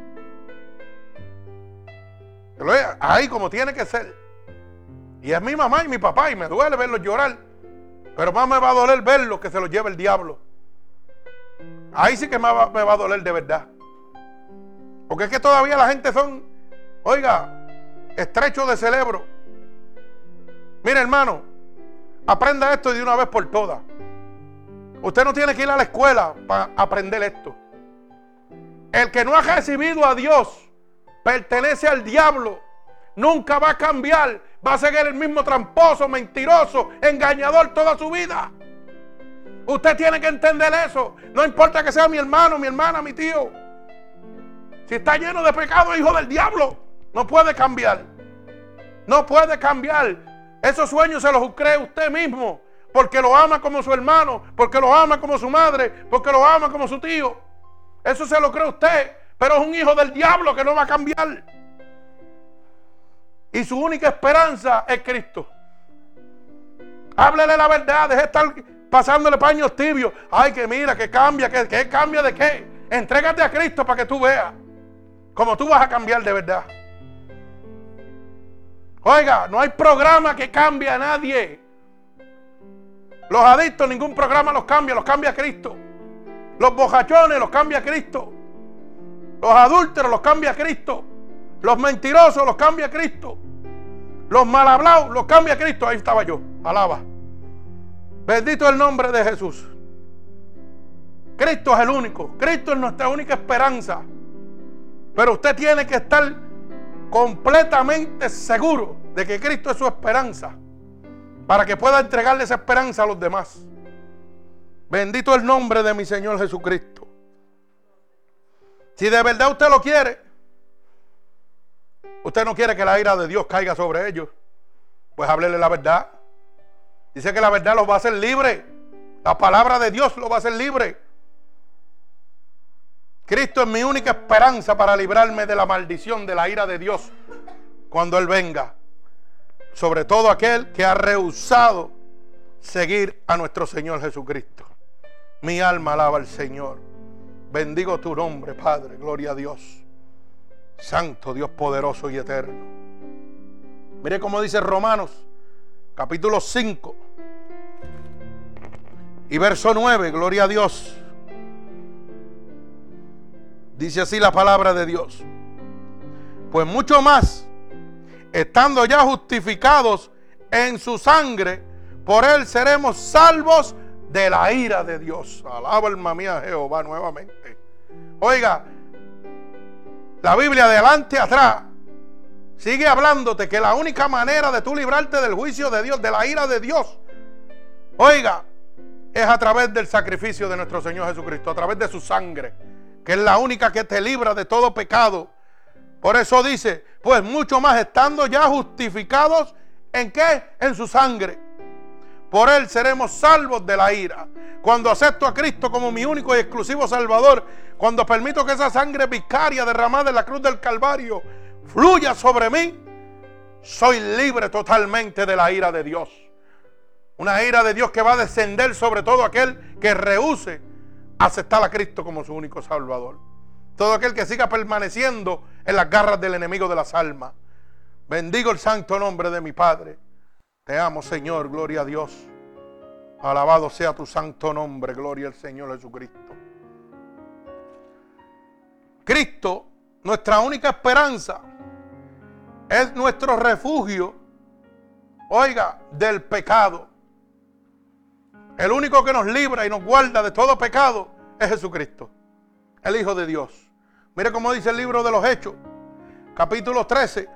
Ahí como tiene que ser. Y es mi mamá y mi papá, y me duele verlos llorar. Pero más me va a doler verlos que se los lleve el diablo. Ahí sí que me va a doler de verdad. Porque es que todavía la gente son, oiga, estrechos de cerebro. Mire, hermano, aprenda esto de una vez por todas. Usted no tiene que ir a la escuela para aprender esto. El que no ha recibido a Dios pertenece al diablo. Nunca va a cambiar. Va a seguir el mismo tramposo, mentiroso, engañador toda su vida. Usted tiene que entender eso. No importa que sea mi hermano, mi hermana, mi tío. Si está lleno de pecado, hijo del diablo, no puede cambiar. No puede cambiar. Esos sueños se los cree usted mismo, porque lo ama como su hermano, porque lo ama como su madre, porque lo ama como su tío. Eso se lo cree usted, pero es un hijo del diablo que no va a cambiar. Y su única esperanza es Cristo. Háblele la verdad, deje de estar pasándole paños tibios. Ay, que mira, que cambia, que cambia de qué. Entrégate a Cristo para que tú veas cómo tú vas a cambiar de verdad. Oiga, no hay programa que cambie a nadie. Los adictos, ningún programa los cambia Cristo. Los bojachones los cambia Cristo. Los adúlteros los cambia Cristo. Los mentirosos los cambia Cristo. Los mal hablados los cambia Cristo. Ahí estaba yo, alaba. Bendito el nombre de Jesús. Cristo es el único. Cristo es nuestra única esperanza. Pero usted tiene que estar completamente seguro de que Cristo es su esperanza, para que pueda entregarle esa esperanza a los demás. Bendito el nombre de mi Señor Jesucristo. Si de verdad usted lo quiere, usted no quiere que la ira de Dios caiga sobre ellos, pues háblele la verdad. Dice que la verdad los va a hacer libres. La palabra de Dios los va a hacer libres. Cristo es mi única esperanza para librarme de la maldición, de la ira de Dios cuando Él venga. Sobre todo aquel que ha rehusado seguir a nuestro Señor Jesucristo. Mi alma alaba al Señor. Bendigo tu nombre, Padre. Gloria a Dios. Santo Dios poderoso y eterno. Mire cómo dice Romanos, capítulo 5 y verso 9. Gloria a Dios. Dice así la palabra de Dios. Pues mucho más, estando ya justificados en su sangre, por Él seremos salvos de la ira de Dios. Alaba alma mía Jehová nuevamente. Oiga, la Biblia adelante y atrás sigue hablándote que la única manera de tú librarte del juicio de Dios, de la ira de Dios, oiga, es a través del sacrificio de nuestro Señor Jesucristo, a través de su sangre, que es la única que te libra de todo pecado. Por eso dice, pues mucho más estando ya justificados, ¿en qué? En su sangre. Por él seremos salvos de la ira. Cuando acepto a Cristo como mi único y exclusivo Salvador, cuando permito que esa sangre vicaria derramada en la cruz del Calvario fluya sobre mí, soy libre totalmente de la ira de Dios. Una ira de Dios que va a descender sobre todo aquel que rehúse aceptar a Cristo como su único Salvador. Todo aquel que siga permaneciendo en las garras del enemigo de las almas. Bendigo el santo nombre de mi Padre. Te amo, Señor, gloria a Dios. Alabado sea tu santo nombre, gloria al Señor Jesucristo. Cristo, nuestra única esperanza, es nuestro refugio, oiga, del pecado. El único que nos libra y nos guarda de todo pecado es Jesucristo, el Hijo de Dios. Mire cómo dice el libro de los Hechos, capítulo 13,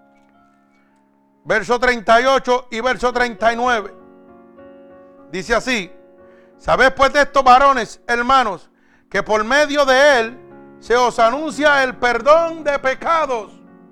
verso 38 y verso 39. Dice así: sabed pues de estos varones, hermanos, que por medio de él se os anuncia el perdón de pecados.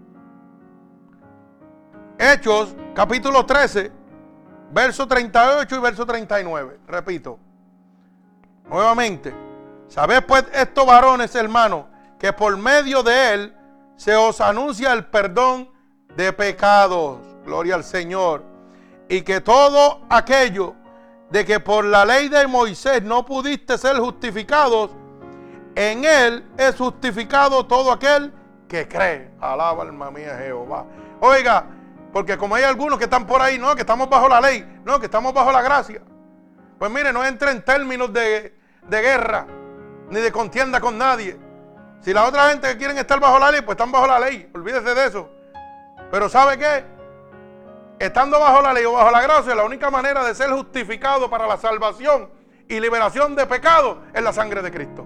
Hechos, capítulo 13, verso 38 y verso 39. Repito, nuevamente. Sabed pues estos varones, hermanos, que por medio de él se os anuncia el perdón de pecados. Gloria al Señor. Y que todo aquello de que por la ley de Moisés no pudiste ser justificados, en él es justificado todo aquel que cree. Alaba alma mía Jehová. Oiga, porque como hay algunos que están por ahí, no, que estamos bajo la ley, no, que estamos bajo la gracia. Pues mire, no entre en términos de guerra, ni de contienda con nadie. Si la otra gente que quieren estar bajo la ley, pues están bajo la ley, olvídese de eso. Pero ¿sabe qué? Estando bajo la ley o bajo la gracia, la única manera de ser justificado para la salvación y liberación de pecado es la sangre de Cristo.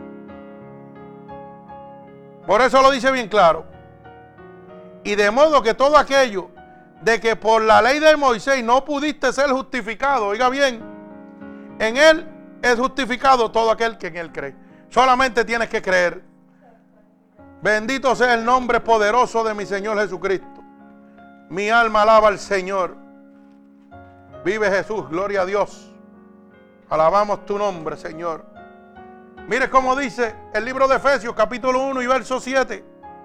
Por eso lo dice bien claro. Y de modo que todo aquello de que por la ley de Moisés no pudiste ser justificado, oiga bien, en él es justificado todo aquel que en él cree. Solamente tienes que creer. Bendito sea el nombre poderoso de mi Señor Jesucristo. Mi alma alaba al Señor. Vive Jesús, gloria a Dios. Alabamos tu nombre, Señor. Mire cómo dice el libro de Efesios, capítulo 1 y verso 7.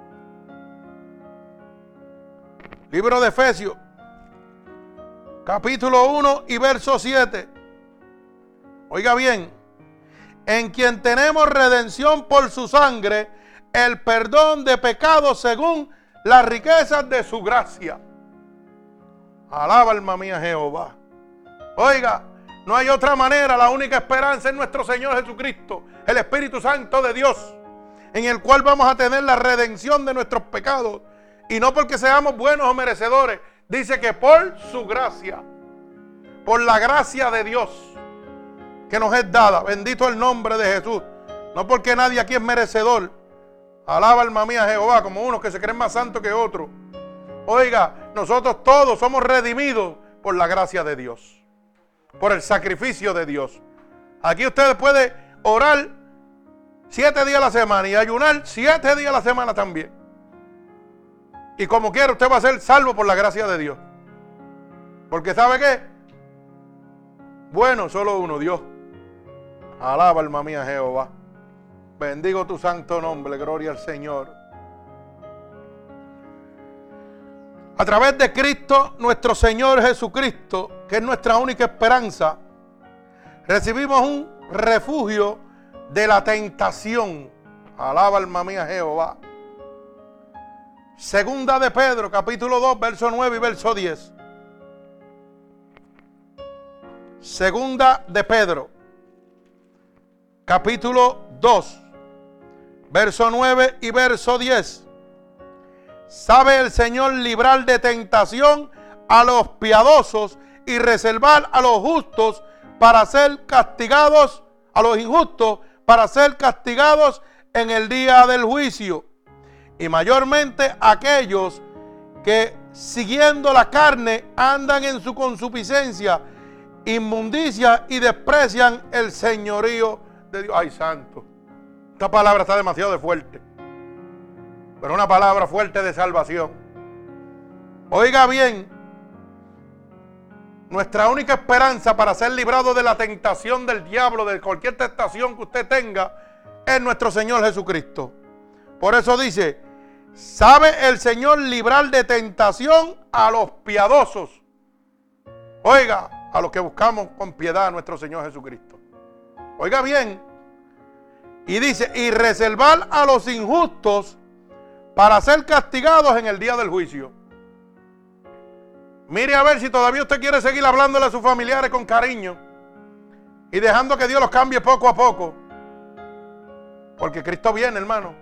Libro de Efesios, capítulo 1 y verso 7. Oiga bien. En quien tenemos redención por su sangre, el perdón de pecados según las riquezas de su gracia. Alaba alma mía Jehová. Oiga, no hay otra manera, la única esperanza es nuestro Señor Jesucristo, el Espíritu Santo de Dios, en el cual vamos a tener la redención de nuestros pecados. Y no porque seamos buenos o merecedores, dice que por su gracia, por la gracia de Dios que nos es dada. Bendito el nombre de Jesús. No porque nadie aquí es merecedor. Alaba alma mía Jehová, como unos que se creen más santos que otros. Oiga, nosotros todos somos redimidos por la gracia de Dios, por el sacrificio de Dios. Aquí usted puede orar 7 días a la semana y ayunar 7 días a la semana también. Y como quiera usted va a ser salvo por la gracia de Dios. Porque ¿sabe qué? Bueno, solo uno, Dios. Alaba alma mía Jehová. Bendigo tu santo nombre, gloria al Señor. A través de Cristo, nuestro Señor Jesucristo, que es nuestra única esperanza, recibimos un refugio de la tentación. Alaba alma mía Jehová. Segunda de Pedro, capítulo 2, verso 9 y verso 10. Segunda de Pedro, capítulo 2, verso 9 y verso 10. Sabe el Señor librar de tentación a los piadosos y reservar a los justos para ser castigados, a los injustos para ser castigados en el día del juicio. Y mayormente aquellos que siguiendo la carne andan en su concupiscencia inmundicia y desprecian el señorío de Dios. Ay, santo. Esta palabra está demasiado fuerte. Pero una palabra fuerte de salvación. Oiga bien, nuestra única esperanza para ser librado de la tentación del diablo, de cualquier tentación que usted tenga, es nuestro Señor Jesucristo. Por eso dice, ¿sabe el Señor librar de tentación a los piadosos? Oiga, a los que buscamos con piedad a nuestro Señor Jesucristo. Oiga bien, y dice, y reservar a los injustos para ser castigados en el día del juicio. Mire a ver si todavía usted quiere seguir hablándole a sus familiares con cariño y dejando que Dios los cambie poco a poco. Porque Cristo viene, hermano.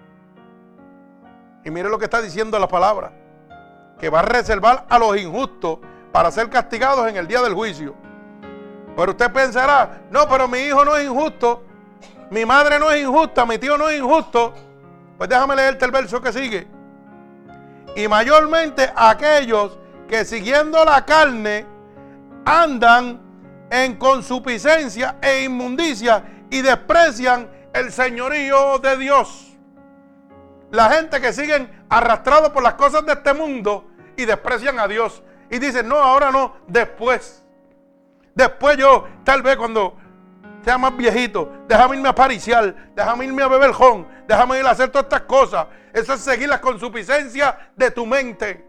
Y mire lo que está diciendo la palabra, que va a reservar a los injustos para ser castigados en el día del juicio. Pero usted pensará, no, pero mi hijo no es injusto, mi madre no es injusta, mi tío no es injusto. Pues déjame leerte el verso que sigue. Y mayormente aquellos que siguiendo la carne andan en concupiscencia e inmundicia y desprecian el señorío de Dios. La gente que siguen arrastrados por las cosas de este mundo y desprecian a Dios. Y dicen, no, ahora no, después. Después yo, tal vez cuando sea más viejito, déjame irme a pariciar, déjame irme a beber jon, déjame ir a hacer todas estas cosas. Eso es seguir la concupiscencia de tu mente.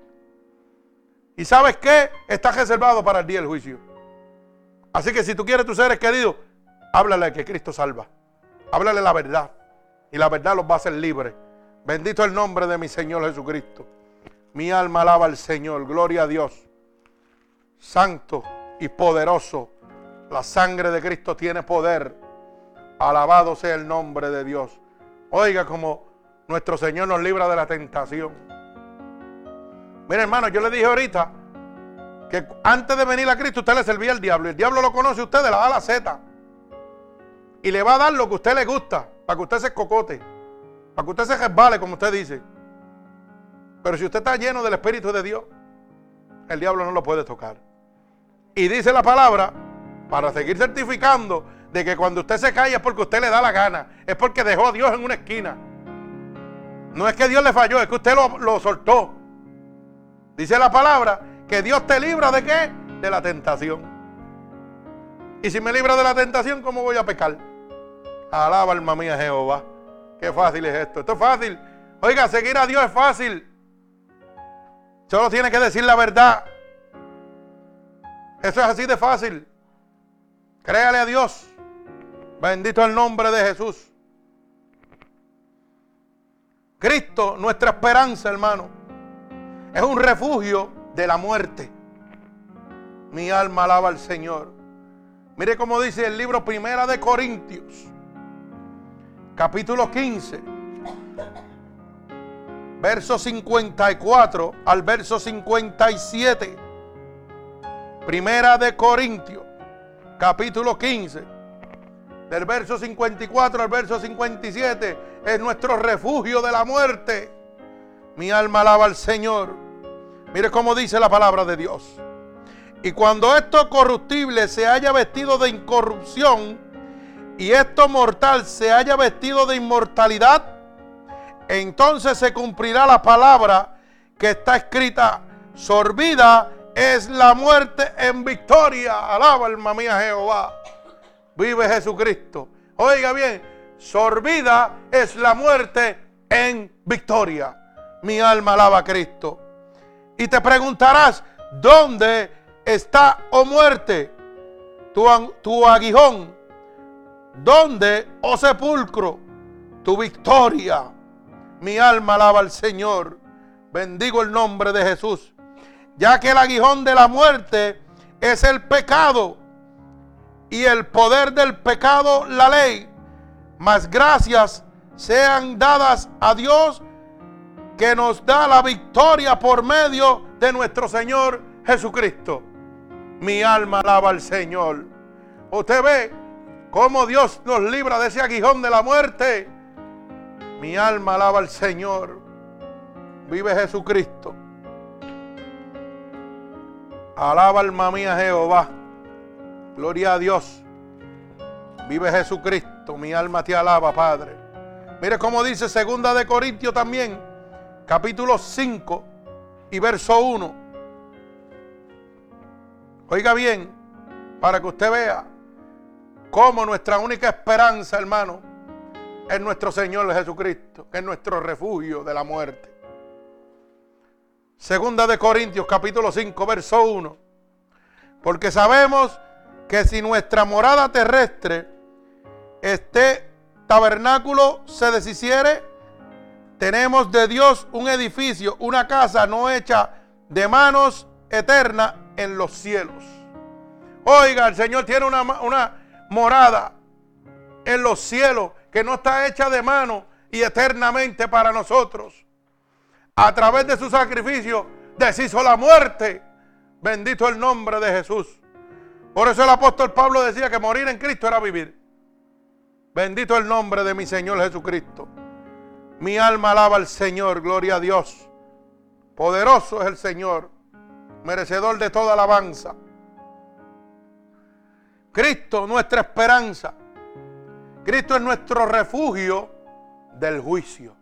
¿Y sabes qué? Está reservado para el día del juicio. Así que si tú quieres tus seres queridos, háblale que Cristo salva. Háblale la verdad. Y la verdad los va a hacer libres. Bendito el nombre de mi Señor Jesucristo. Mi alma alaba al Señor. Gloria a Dios. Santo y poderoso. La sangre de Cristo tiene poder. Alabado sea el nombre de Dios. Oiga como nuestro Señor nos libra de la tentación. Mira, hermano, yo le dije ahorita que antes de venir a Cristo usted le servía al diablo. Y el diablo lo conoce usted de la A a la Z. Y le va a dar lo que a usted le gusta, para que usted se cocote, para que usted se resbale, como usted dice. Pero si usted está lleno del Espíritu de Dios, el diablo no lo puede tocar. Y dice la palabra, para seguir certificando de que cuando usted se cae es porque usted le da la gana, es porque dejó a Dios en una esquina. No es que Dios le falló, es que usted lo soltó. Dice la palabra que Dios te libra ¿de qué? De la tentación. Y si me libra de la tentación, ¿cómo voy a pecar? Alaba alma mía Jehová. Qué fácil es esto. Esto es fácil. Oiga, seguir a Dios es fácil. Solo tiene que decir la verdad. Eso es así de fácil. Créale a Dios. Bendito el nombre de Jesús. Cristo, nuestra esperanza, hermano, es un refugio de la muerte. Mi alma alaba al Señor. Mire cómo dice el libro Primera de Corintios, capítulo 15, verso 54 al verso 57. Primera de Corintios, capítulo 15, del verso 54 al verso 57, es nuestro refugio de la muerte. Mi alma alaba al Señor. Mire cómo dice la palabra de Dios. Y cuando esto corruptible se haya vestido de incorrupción y esto mortal se haya vestido de inmortalidad, entonces se cumplirá la palabra que está escrita: sorbida es la muerte en victoria. Alaba alma mía Jehová. Vive Jesucristo. Oiga bien, sorbida es la muerte en victoria. Mi alma alaba a Cristo. Y te preguntarás, ¿dónde está, oh muerte, tu aguijón? ¿Dónde, oh sepulcro, tu victoria? Mi alma alaba al Señor. Bendigo el nombre de Jesús. Ya que el aguijón de la muerte es el pecado, y el poder del pecado la ley. Mas gracias sean dadas a Dios, que nos da la victoria por medio de nuestro Señor Jesucristo. Mi alma alaba al Señor. Usted ve cómo Dios nos libra de ese aguijón de la muerte. Mi alma alaba al Señor. Vive Jesucristo. Alaba alma mía Jehová. Gloria a Dios. Vive Jesucristo, mi alma te alaba, Padre. Mire cómo dice 2 de Corintios también, capítulo 5 y verso 1. Oiga bien, para que usted vea cómo nuestra única esperanza, hermano, es nuestro Señor Jesucristo, que es nuestro refugio de la muerte. 2 de Corintios, capítulo 5, verso 1. Porque sabemos que si nuestra morada terrestre, este tabernáculo, se deshiciere, tenemos de Dios un edificio, una casa no hecha de manos, eterna en los cielos. Oiga, el Señor tiene una morada en los cielos que no está hecha de mano y eternamente para nosotros. A través de su sacrificio deshizo la muerte. Bendito el nombre de Jesús. Por eso el apóstol Pablo decía que morir en Cristo era vivir. Bendito el nombre de mi Señor Jesucristo. Mi alma alaba al Señor, gloria a Dios. Poderoso es el Señor, merecedor de toda alabanza. Cristo, nuestra esperanza. Cristo es nuestro refugio del juicio.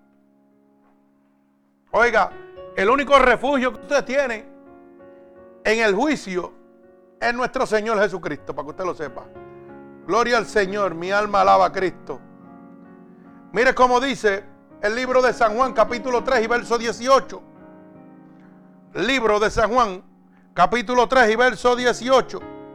Oiga, el único refugio que usted tiene en el juicio es nuestro Señor Jesucristo, para que usted lo sepa. Gloria al Señor, mi alma alaba a Cristo. Mire cómo dice el libro de San Juan, capítulo 3 y verso 18. Libro de San Juan, capítulo 3 y verso 18.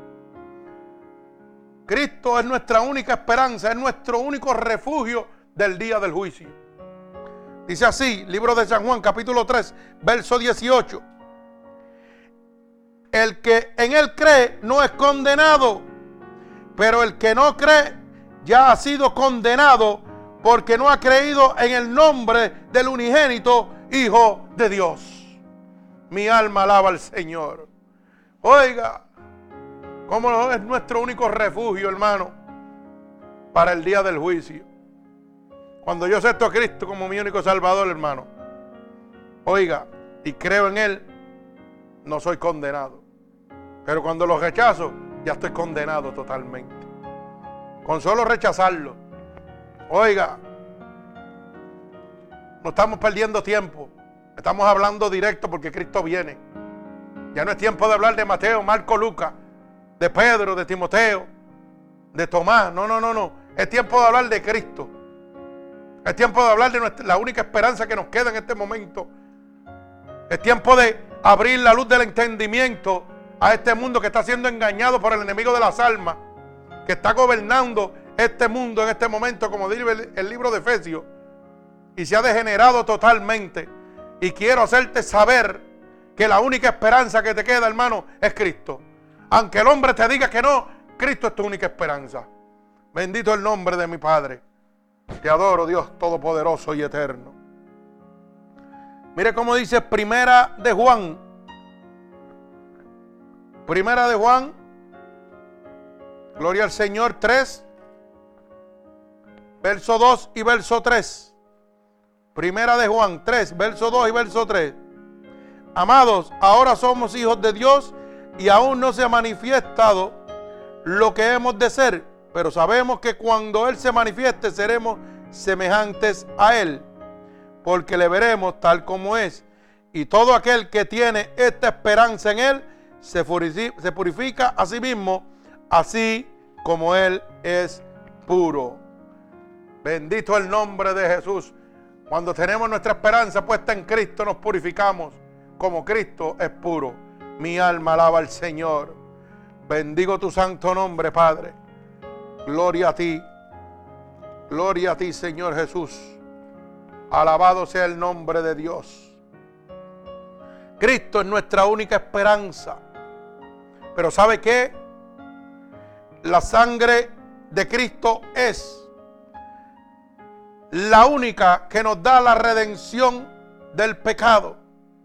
Cristo es nuestra única esperanza, es nuestro único refugio del día del juicio. Dice así, libro de San Juan, capítulo 3, verso 18. El que en él cree no es condenado, pero el que no cree ya ha sido condenado porque no ha creído en el nombre del unigénito Hijo de Dios. Mi alma alaba al Señor. Oiga, cómo es nuestro único refugio, hermano, para el día del juicio. Cuando yo acepto a Cristo como mi único Salvador, hermano, oiga, y creo en Él, no soy condenado. Pero cuando lo rechazo, ya estoy condenado totalmente. Con solo rechazarlo. Oiga, no estamos perdiendo tiempo. Estamos hablando directo porque Cristo viene. Ya no es tiempo de hablar de Mateo, Marco, Lucas, de Pedro, de Timoteo, de Tomás. No. Es tiempo de hablar de Cristo. Es tiempo de hablar de la única esperanza que nos queda en este momento. Es tiempo de abrir la luz del entendimiento a este mundo que está siendo engañado por el enemigo de las almas, que está gobernando este mundo en este momento, como dice el libro de Efesios, y se ha degenerado totalmente. Y quiero hacerte saber que la única esperanza que te queda, hermano, es Cristo. Aunque el hombre te diga que no, Cristo es tu única esperanza. Bendito el nombre de mi Padre. Te adoro, Dios todopoderoso y eterno. Mire cómo dice Primera de Juan. Primera de Juan, gloria al Señor, 3, verso 2 y verso 3. Primera de Juan 3, verso 2 y verso 3. Amados, ahora somos hijos de Dios y aún no se ha manifestado lo que hemos de ser, pero sabemos que cuando Él se manifieste seremos semejantes a Él, porque le veremos tal como es. Y todo aquel que tiene esta esperanza en Él se purifica a sí mismo, así como Él es puro. Bendito el nombre de Jesús. Cuando tenemos nuestra esperanza puesta en Cristo, nos purificamos como Cristo es puro. Mi alma alaba al Señor. Bendigo tu santo nombre, Padre. Gloria a ti. Gloria a ti, Señor Jesús. Alabado sea el nombre de Dios. Cristo es nuestra única esperanza. Pero ¿sabe qué? La sangre de Cristo es la única que nos da la redención del pecado.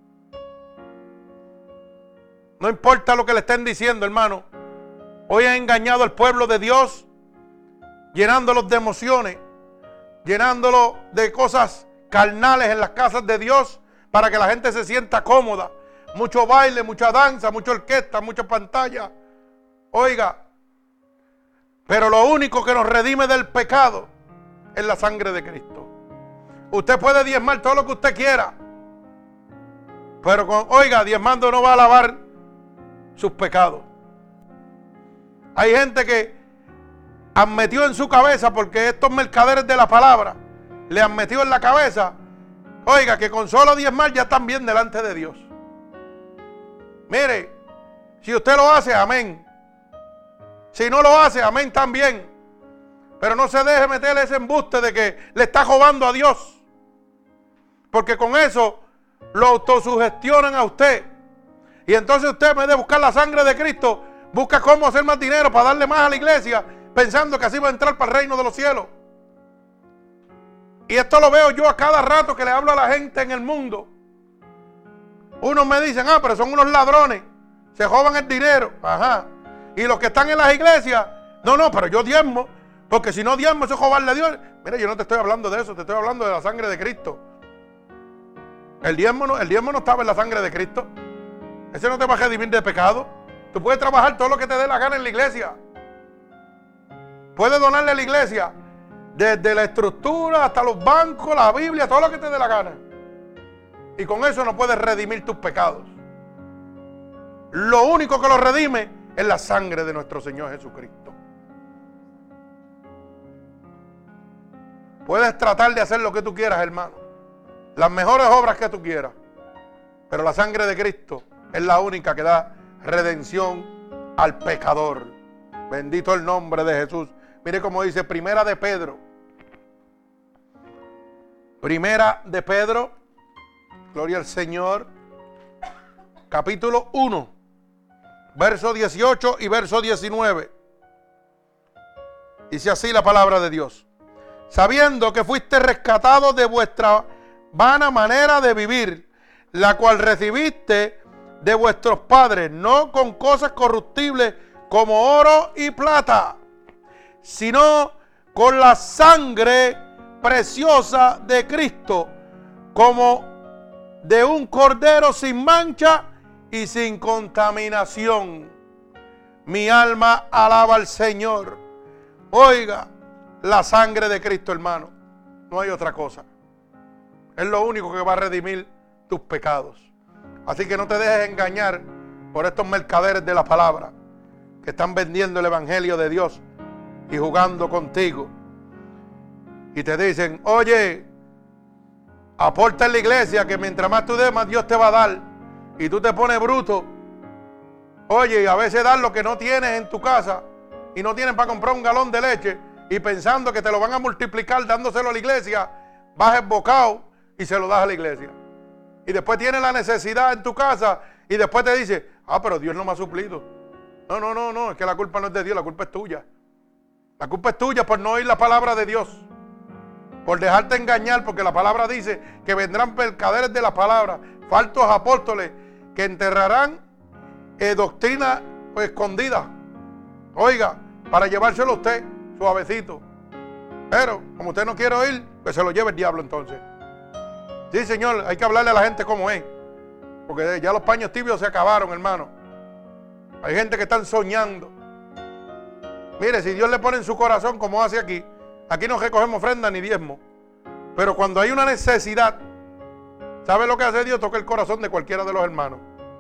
No importa lo que le estén diciendo, hermano. Hoy han engañado al pueblo de Dios, llenándolos de emociones, llenándolos de cosas carnales en las casas de Dios, para que la gente se sienta cómoda. Mucho baile, mucha danza, mucha orquesta, mucha pantalla. Oiga, Pero lo único que nos redime del pecado es la sangre de Cristo. Usted puede diezmar todo lo que usted quiera, pero diezmando no va a lavar sus pecados. Hay gente que han metido en su cabeza, porque estos mercaderes de la palabra le han metido en la cabeza, que con solo diezmar ya están bien delante de Dios. Mire, si usted lo hace, amén. Si no lo hace, amén también. Pero no se deje meter ese embuste de que le está robando a Dios, porque con eso lo autosugestionan a usted. Y entonces usted, en vez de buscar la sangre de Cristo, busca cómo hacer más dinero para darle más a la iglesia, pensando que así va a entrar para el reino de los cielos. Y esto lo veo yo a cada rato que le hablo a la gente en el mundo. Unos me dicen, pero son unos ladrones, se roban el dinero. Ajá. Y los que están en las iglesias, no, pero yo diezmo, porque si no diezmo, eso es robarle a Dios. Mira, yo no te estoy hablando de eso, te estoy hablando de la sangre de Cristo. El diezmo no estaba en la sangre de Cristo. Ese no te va a redimir de pecado. Tú puedes trabajar todo lo que te dé la gana en la iglesia. Puedes donarle a la iglesia, desde la estructura hasta los bancos, la Biblia, todo lo que te dé la gana. Y con eso no puedes redimir tus pecados. Lo único que los redime es la sangre de nuestro Señor Jesucristo. Puedes tratar de hacer lo que tú quieras, hermano, las mejores obras que tú quieras, pero la sangre de Cristo es la única que da redención al pecador. Bendito el nombre de Jesús. Mire cómo dice Primera de Pedro. Primera de Pedro, gloria al Señor, capítulo 1, verso 18 y verso 19. Dice así la palabra de Dios: sabiendo que fuiste rescatados de vuestra vana manera de vivir, la cual recibiste de vuestros padres, no con cosas corruptibles como oro y plata, sino con la sangre preciosa de Cristo, como de un cordero sin mancha y sin contaminación. Mi alma alaba al Señor. Oiga, la sangre de Cristo, hermano, no hay otra cosa. Es lo único que va a redimir tus pecados. Así que no te dejes engañar por estos mercaderes de la palabra que están vendiendo el evangelio de Dios y jugando contigo. Y te dicen, oye, aporta en la iglesia, que mientras más tú des, más Dios te va a dar. Y tú te pones bruto. Oye, y a veces das lo que no tienes en tu casa y no tienes para comprar un galón de leche, y pensando que te lo van a multiplicar dándoselo a la iglesia, vas embocado y se lo das a la iglesia. Y después tienes la necesidad en tu casa y después te dice, pero Dios no me ha suplido. No, es que la culpa no es de Dios, la culpa es tuya. La culpa es tuya por no oír la palabra de Dios, por dejarte engañar, porque la palabra dice que vendrán mercaderes de la palabra, falsos apóstoles, que enterrarán doctrina escondida. Oiga, para llevárselo a usted suavecito. Pero como usted no quiere oír, pues se lo lleva el diablo entonces. Sí, Señor, hay que hablarle a la gente como es, porque ya los paños tibios se acabaron, hermano. Hay gente que están soñando. Mire, si Dios le pone en su corazón, como hace aquí no recogemos ofrenda ni diezmo, pero cuando hay una necesidad, ¿sabe lo que hace Dios? Toca el corazón de cualquiera de los hermanos.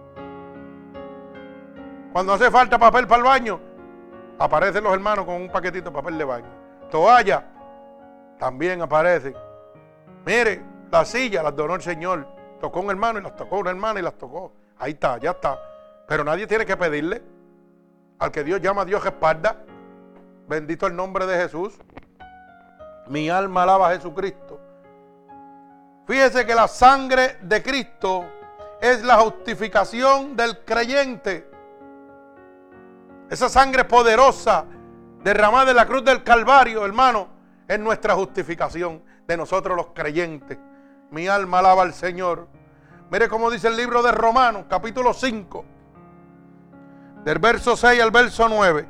Cuando hace falta papel para el baño, aparecen los hermanos con un paquetito de papel de baño. Toalla, también aparecen. Mire, las sillas las donó el Señor. Tocó un hermano y las tocó una hermana y las tocó. Ahí está, ya está. Pero nadie tiene que pedirle. Al que Dios llama, Dios respalda. Bendito el nombre de Jesús. Mi alma alaba a Jesucristo. Fíjese que la sangre de Cristo es la justificación del creyente. Esa sangre poderosa derramada en la cruz del Calvario, hermano, es nuestra justificación de nosotros los creyentes. Mi alma alaba al Señor. Mire cómo dice el libro de Romanos, capítulo 5, del verso 6 al verso 9.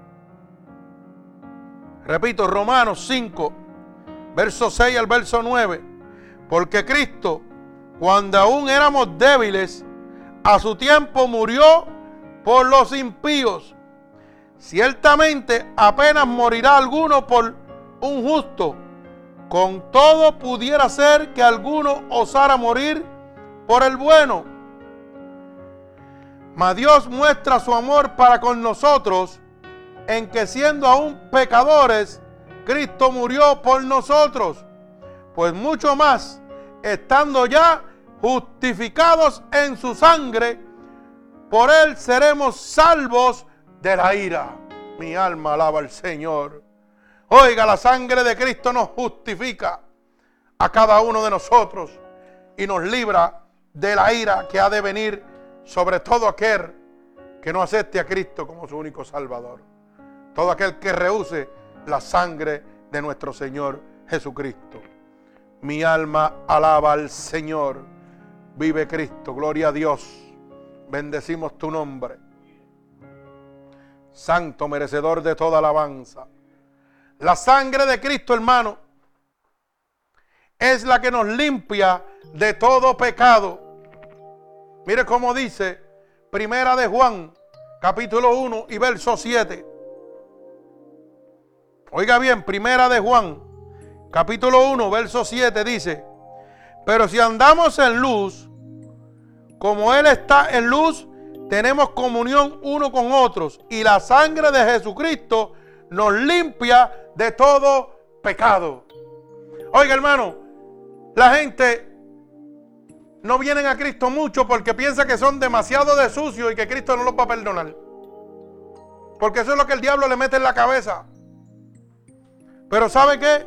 Repito, Romanos 5, verso 6 al verso 9. Porque Cristo, cuando aún éramos débiles, a su tiempo murió por los impíos. Ciertamente apenas morirá alguno por un justo. Con todo pudiera ser que alguno osara morir por el bueno. Mas Dios muestra su amor para con nosotros en que siendo aún pecadores, Cristo murió por nosotros. Pues mucho más, estando ya justificados en su sangre, por él seremos salvos de la ira. Mi alma alaba al Señor. Oiga, la sangre de Cristo nos justifica a cada uno de nosotros y nos libra de la ira que ha de venir sobre todo aquel que no acepte a Cristo como su único Salvador. Todo aquel que rehúse la sangre de nuestro Señor Jesucristo. Mi alma alaba al Señor. Vive Cristo, gloria a Dios. Bendecimos tu nombre. Santo, merecedor de toda alabanza. La sangre de Cristo, hermano, es la que nos limpia de todo pecado. Mire cómo dice Primera de Juan, capítulo 1 y verso 7. Oiga bien, Primera de Juan, capítulo 1, verso 7 dice: pero si andamos en luz, como Él está en luz, tenemos comunión uno con otros, y la sangre de Jesucristo nos limpia de todo pecado. Oiga, hermano, la gente no vienen a Cristo mucho porque piensa que son demasiado de sucios y que Cristo no los va a perdonar. Porque eso es lo que el diablo le mete en la cabeza. Pero ¿sabe qué?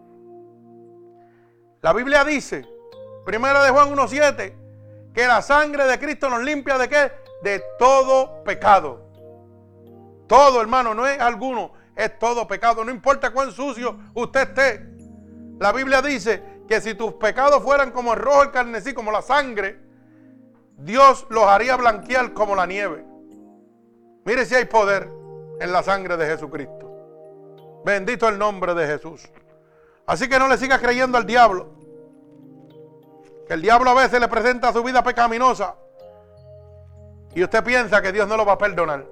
La Biblia dice, Primera de Juan 1:7, que la sangre de Cristo nos limpia ¿de qué? De todo pecado. Todo, hermano, no es alguno, es todo pecado. No importa cuán sucio usted esté. La Biblia dice que si tus pecados fueran como el rojo, el carmesí, como la sangre, Dios los haría blanquear como la nieve. Mire si hay poder en la sangre de Jesucristo. Bendito el nombre de Jesús. Así que no le siga creyendo al diablo. Que el diablo a veces le presenta su vida pecaminosa y usted piensa que Dios no lo va a perdonar.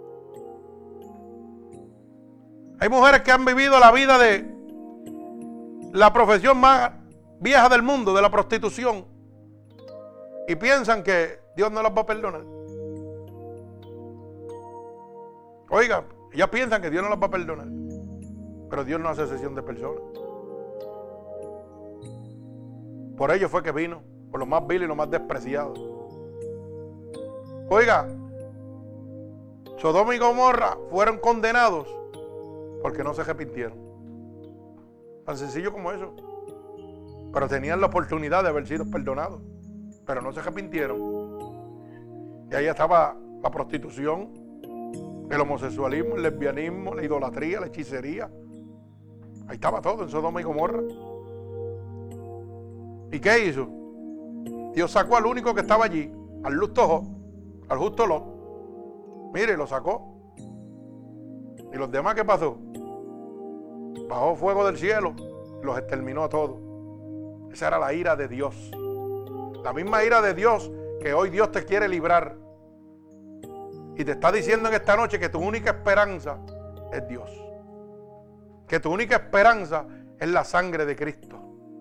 Hay mujeres que han vivido la vida de la profesión más vieja del mundo, de la prostitución, y piensan que Dios no las va a perdonar. Oiga, ellas piensan que Dios no las va a perdonar, pero Dios no hace excepción de personas. Por ello fue que vino, por los más viles y los más despreciados. Oiga, Sodoma y Gomorra fueron condenados porque no se arrepintieron. Tan sencillo como eso. Pero tenían la oportunidad de haber sido perdonados, pero no se arrepintieron. Y ahí estaba la prostitución, el homosexualismo, el lesbianismo, la idolatría, la hechicería. Ahí estaba todo en Sodoma y Gomorra. ¿Y qué hizo? Dios sacó al único que estaba allí, al justo Lot. Mire, lo sacó. ¿Y los demás qué pasó? Bajó fuego del cielo, los exterminó a todos. Esa era la ira de Dios. La misma ira de Dios que hoy Dios te quiere librar. Y te está diciendo en esta noche que tu única esperanza es Dios. Que tu única esperanza es la sangre de Cristo.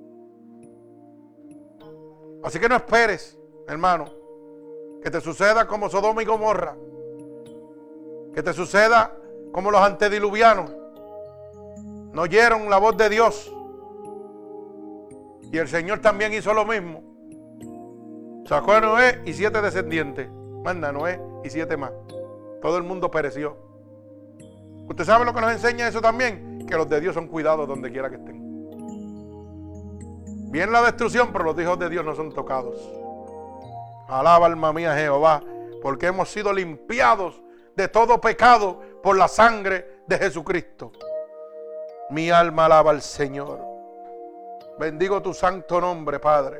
Así que no esperes, hermano, que te suceda como Sodoma y Gomorra. Que te suceda como los antediluvianos. No oyeron la voz de Dios. Y el Señor también hizo lo mismo. Sacó a Noé y 7 descendientes. Manda a Noé y 7 más. Todo el mundo pereció. ¿Usted sabe lo que nos enseña eso también? Que los de Dios son cuidados donde quiera que estén. Viene la destrucción, pero los hijos de Dios no son tocados. Alaba alma mía Jehová, porque hemos sido limpiados de todo pecado por la sangre de Jesucristo. Mi alma alaba al Señor. Bendigo tu santo nombre, Padre.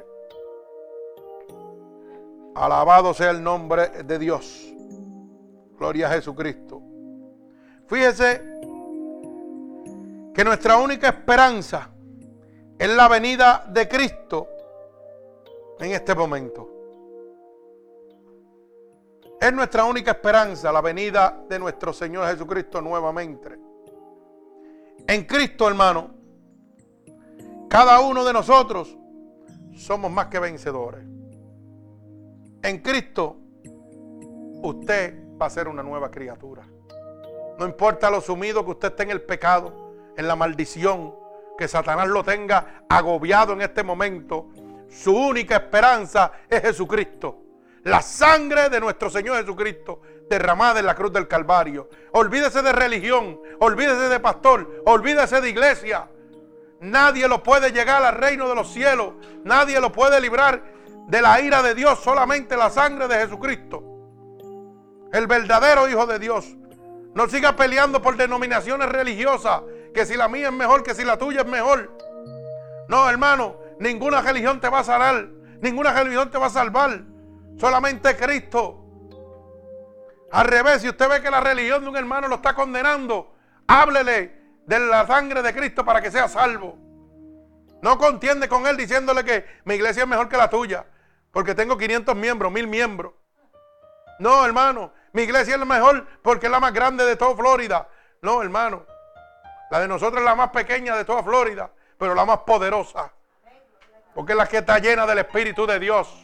Alabado sea el nombre de Dios. Gloria a Jesucristo. Fíjese que nuestra única esperanza es la venida de Cristo en este momento. Es nuestra única esperanza la venida de nuestro Señor Jesucristo nuevamente. En Cristo, hermano, cada uno de nosotros somos más que vencedores. En Cristo, usted va a ser una nueva criatura. No importa lo sumido que usted esté en el pecado, en la maldición, que Satanás lo tenga agobiado en este momento, su única esperanza es Jesucristo. La sangre de nuestro Señor Jesucristo derramada en la cruz del Calvario. Olvídese de religión, olvídese de pastor, olvídese de iglesia. Nadie lo puede llegar al reino de los cielos. Nadie lo puede librar de la ira de Dios, solamente la sangre de Jesucristo. El verdadero Hijo de Dios. No siga peleando por denominaciones religiosas, que si la mía es mejor, que si la tuya es mejor. No, hermano, ninguna religión te va a sanar, ninguna religión te va a salvar. Solamente Cristo. Al revés, si usted ve que la religión de un hermano lo está condenando, háblele de la sangre de Cristo para que sea salvo. No contiende con él diciéndole que mi iglesia es mejor que la tuya, porque tengo 500 miembros, 1000 miembros. No, hermano, mi iglesia es la mejor porque es la más grande de toda Florida. No, hermano, la de nosotros es la más pequeña de toda Florida, pero la más poderosa, porque es la que está llena del Espíritu de Dios.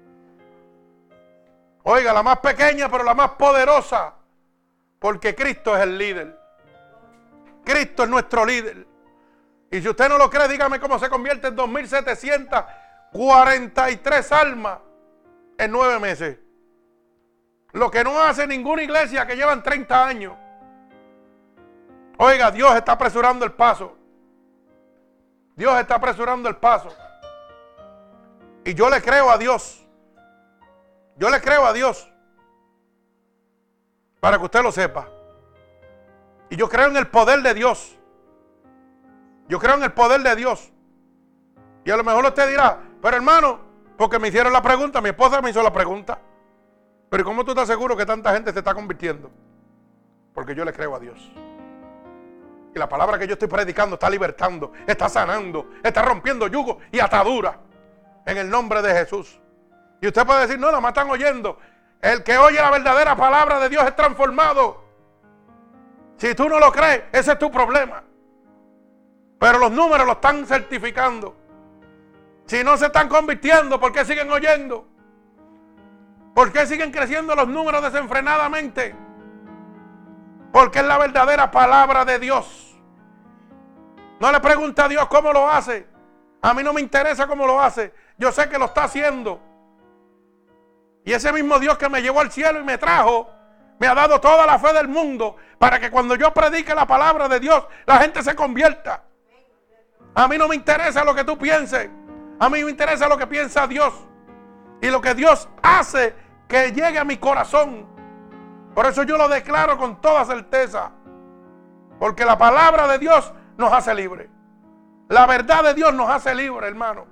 Oiga, la más pequeña, pero la más poderosa, porque Cristo es el líder. Cristo es nuestro líder. Y si usted no lo cree, dígame cómo se convierte en 2.743 almas en 9 meses. Lo que no hace ninguna iglesia que llevan 30 años. Oiga, Dios está apresurando el paso. Dios está apresurando el paso. Y yo le creo a Dios. Yo le creo a Dios. Para que usted lo sepa. Y yo creo en el poder de Dios. Yo creo en el poder de Dios. Y a lo mejor usted dirá, pero hermano, porque me hicieron la pregunta, mi esposa me hizo la pregunta. Pero ¿cómo tú estás seguro que tanta gente se está convirtiendo? Porque yo le creo a Dios. Y la palabra que yo estoy predicando está libertando, está sanando, está rompiendo yugos y ataduras. En el nombre de Jesús. Y usted puede decir, no, nada más están oyendo. El que oye la verdadera palabra de Dios es transformado. Si tú no lo crees, ese es tu problema. Pero los números lo están certificando. Si no se están convirtiendo, ¿por qué siguen oyendo? ¿Por qué siguen creciendo los números desenfrenadamente? Porque es la verdadera palabra de Dios. No le pregunte a Dios cómo lo hace. A mí no me interesa cómo lo hace. Yo sé que lo está haciendo. Y ese mismo Dios que me llevó al cielo y me trajo, me ha dado toda la fe del mundo para que cuando yo predique la palabra de Dios, la gente se convierta. A mí no me interesa lo que tú pienses. A mí me interesa lo que piensa Dios. Y lo que Dios hace que llegue a mi corazón. Por eso yo lo declaro con toda certeza. Porque la palabra de Dios nos hace libre. La verdad de Dios nos hace libre, hermano.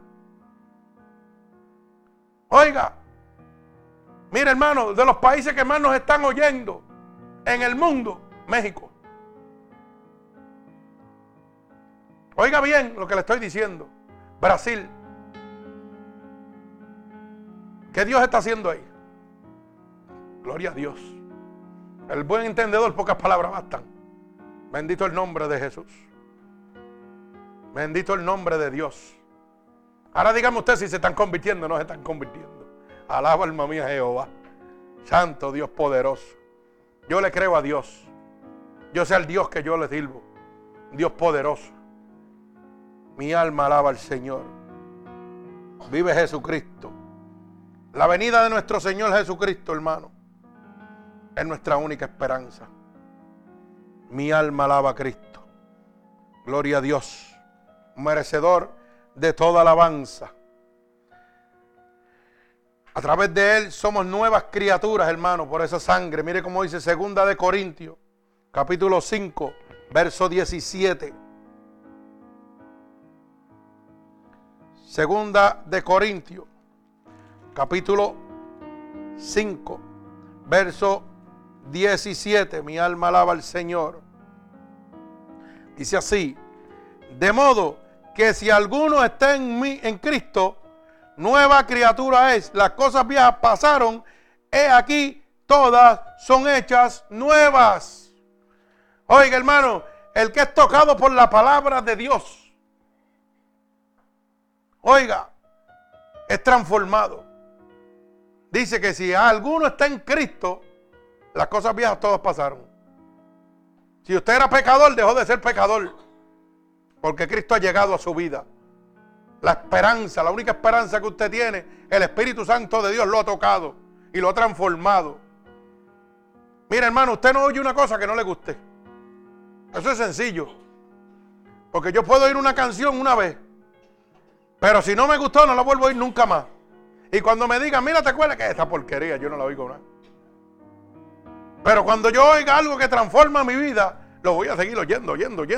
Oiga, mire, hermano, de los países que más nos están oyendo en el mundo, México. Oiga bien lo que le estoy diciendo. Brasil. ¿Qué Dios está haciendo ahí? Gloria a Dios. El buen entendedor, pocas palabras bastan. Bendito el nombre de Jesús. Bendito el nombre de Dios. Ahora dígame usted si se están convirtiendo o no se están convirtiendo. Alaba alma mía Jehová. Santo Dios poderoso. Yo le creo a Dios. Yo sé al Dios que yo le sirvo. Dios poderoso. Mi alma alaba al Señor. Vive Jesucristo. La venida de nuestro Señor Jesucristo, hermano, es nuestra única esperanza. Mi alma alaba a Cristo. Gloria a Dios. Merecedor de toda alabanza. A través de Él somos nuevas criaturas, hermano, por esa sangre. Mire cómo dice 2 de Corintios, capítulo 5, verso 17. 2 de Corintios, capítulo 5, verso 17. Mi alma alaba al Señor. Dice así: de modo que si alguno está en Cristo, nueva criatura es. Las cosas viejas pasaron, he aquí, todas son hechas nuevas. Oiga, hermano, el que es tocado por la palabra de Dios, oiga, es transformado. Dice que si alguno está en Cristo, las cosas viejas todas pasaron. Si usted era pecador, dejó de ser pecador, porque Cristo ha llegado a su vida. La esperanza, la única esperanza que usted tiene, el Espíritu Santo de Dios lo ha tocado y lo ha transformado. Mira, hermano, usted no oye una cosa que no le guste. Eso es sencillo. Porque yo puedo oír una canción una vez, pero si no me gustó, no la vuelvo a oír nunca más. Y cuando me digan, mira, ¿te acuerdas que esta porquería? Yo no la oigo nada. Pero cuando yo oiga algo que transforma mi vida, lo voy a seguir oyendo.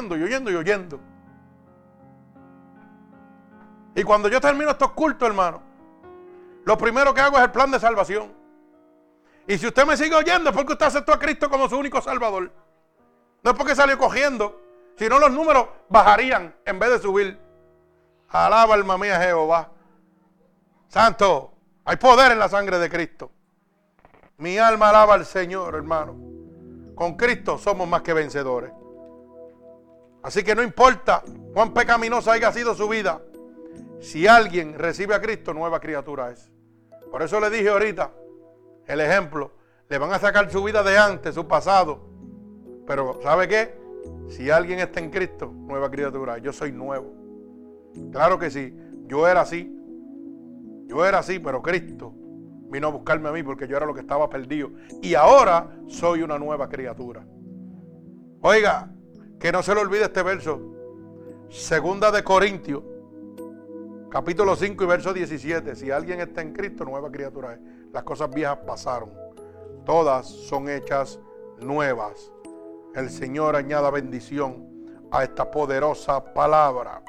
Y cuando yo termino estos cultos, hermano, lo primero que hago es el plan de salvación. Y si usted me sigue oyendo es porque usted aceptó a Cristo como su único salvador. No es porque salió cogiendo, sino los números bajarían en vez de subir. Alaba alma mía Jehová. Santo, hay poder en la sangre de Cristo. Mi alma alaba al Señor, hermano. Con Cristo somos más que vencedores. Así que no importa cuán pecaminosa haya sido su vida, si alguien recibe a Cristo, nueva criatura es. Por eso le dije ahorita, el ejemplo, le van a sacar su vida de antes, su pasado. Pero ¿sabe qué? Si alguien está en Cristo, nueva criatura, yo soy nuevo. Claro que sí, yo era así, pero Cristo vino a buscarme a mí porque yo era lo que estaba perdido. Y ahora soy una nueva criatura. Oiga, que no se le olvide este verso. Segunda de Corintios, capítulo 5 y verso 17. Si alguien está en Cristo, nueva criatura es. Las cosas viejas pasaron. Todas son hechas nuevas. El Señor añada bendición a esta poderosa palabra.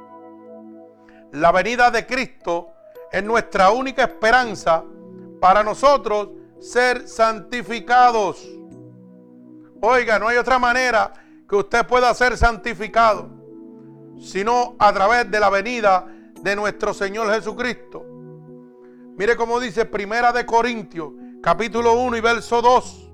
La venida de Cristo es nuestra única esperanza para nosotros ser santificados. Oiga, no hay otra manera que usted pueda ser santificado sino a través de la venida de nuestro Señor Jesucristo. Mire cómo dice Primera de Corintios, capítulo 1 y verso 2.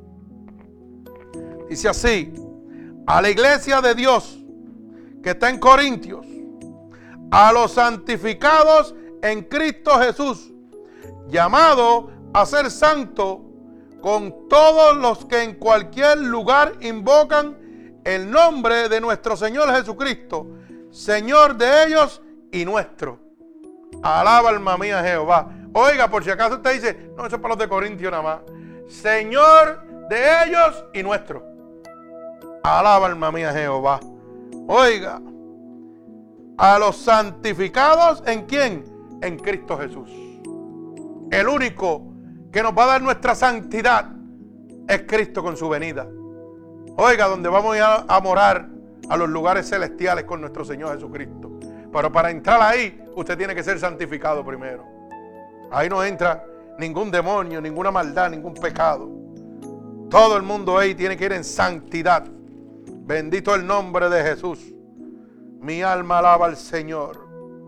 Dice así: a la iglesia de Dios que está en Corintios, a los santificados en Cristo Jesús, llamado a ser santo, con todos los que en cualquier lugar invocan el nombre de nuestro Señor Jesucristo, Señor de ellos y nuestro. Alaba alma mía Jehová. Oiga, por si acaso usted dice, no, eso es para los de Corintios nada más. Señor de ellos y nuestro. Alaba alma mía Jehová. Oiga, a los santificados, ¿en quién? En Cristo Jesús. El único que nos va a dar nuestra santidad es Cristo con su venida. Oiga, donde vamos a morar a los lugares celestiales con nuestro Señor Jesucristo. Pero para entrar ahí, usted tiene que ser santificado primero. Ahí no entra ningún demonio, ninguna maldad, ningún pecado. Todo el mundo ahí tiene que ir en santidad. Bendito el nombre de Jesús. Mi alma alaba al Señor.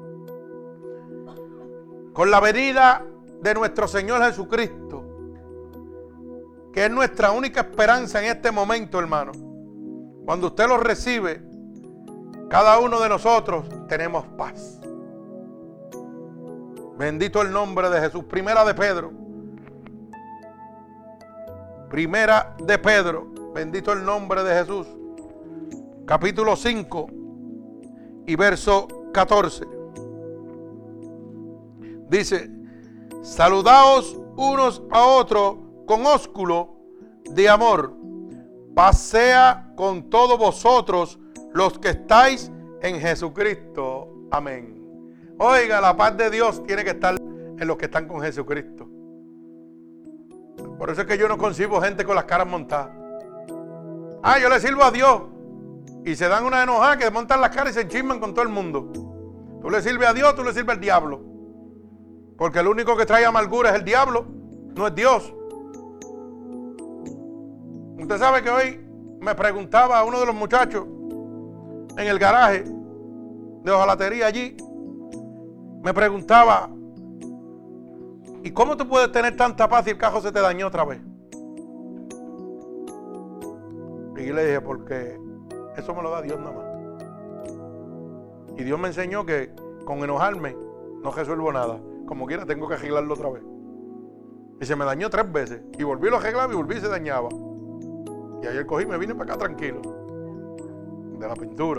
Con la venida de nuestro Señor Jesucristo, que es nuestra única esperanza en este momento, hermano. Cuando usted lo recibe, cada uno de nosotros tenemos paz. Bendito el nombre de Jesús. Primera de Pedro. Primera de Pedro. Bendito el nombre de Jesús. Capítulo 5 y verso 14. Dice: saludaos unos a otros con ósculo de amor. Paz sea con todos vosotros los que estáis en Jesucristo. Amén. Oiga, la paz de Dios tiene que estar en los que están con Jesucristo. Por eso es que yo no concibo gente con las caras montadas. Ah, yo le sirvo a Dios. Y se dan una enojada que montan las caras y se enchisman con todo el mundo. Tú le sirves a Dios, tú le sirves al diablo. Porque el único que trae amargura es el diablo, no es Dios. Usted sabe que hoy me preguntaba a uno de los muchachos en el garaje de hojalatería allí. Me preguntaba, ¿Y cómo tú puedes tener tanta paz si el carro se te dañó otra vez? Y le dije, porque eso me lo da Dios nada más. Y Dios me enseñó que con enojarme no resuelvo nada. Como quiera tengo que arreglarlo otra vez. Y se me dañó 3 veces. Y volví a lo arreglar y volví y se dañaba. Y ayer cogí y me vine para acá tranquilo. De la pintura.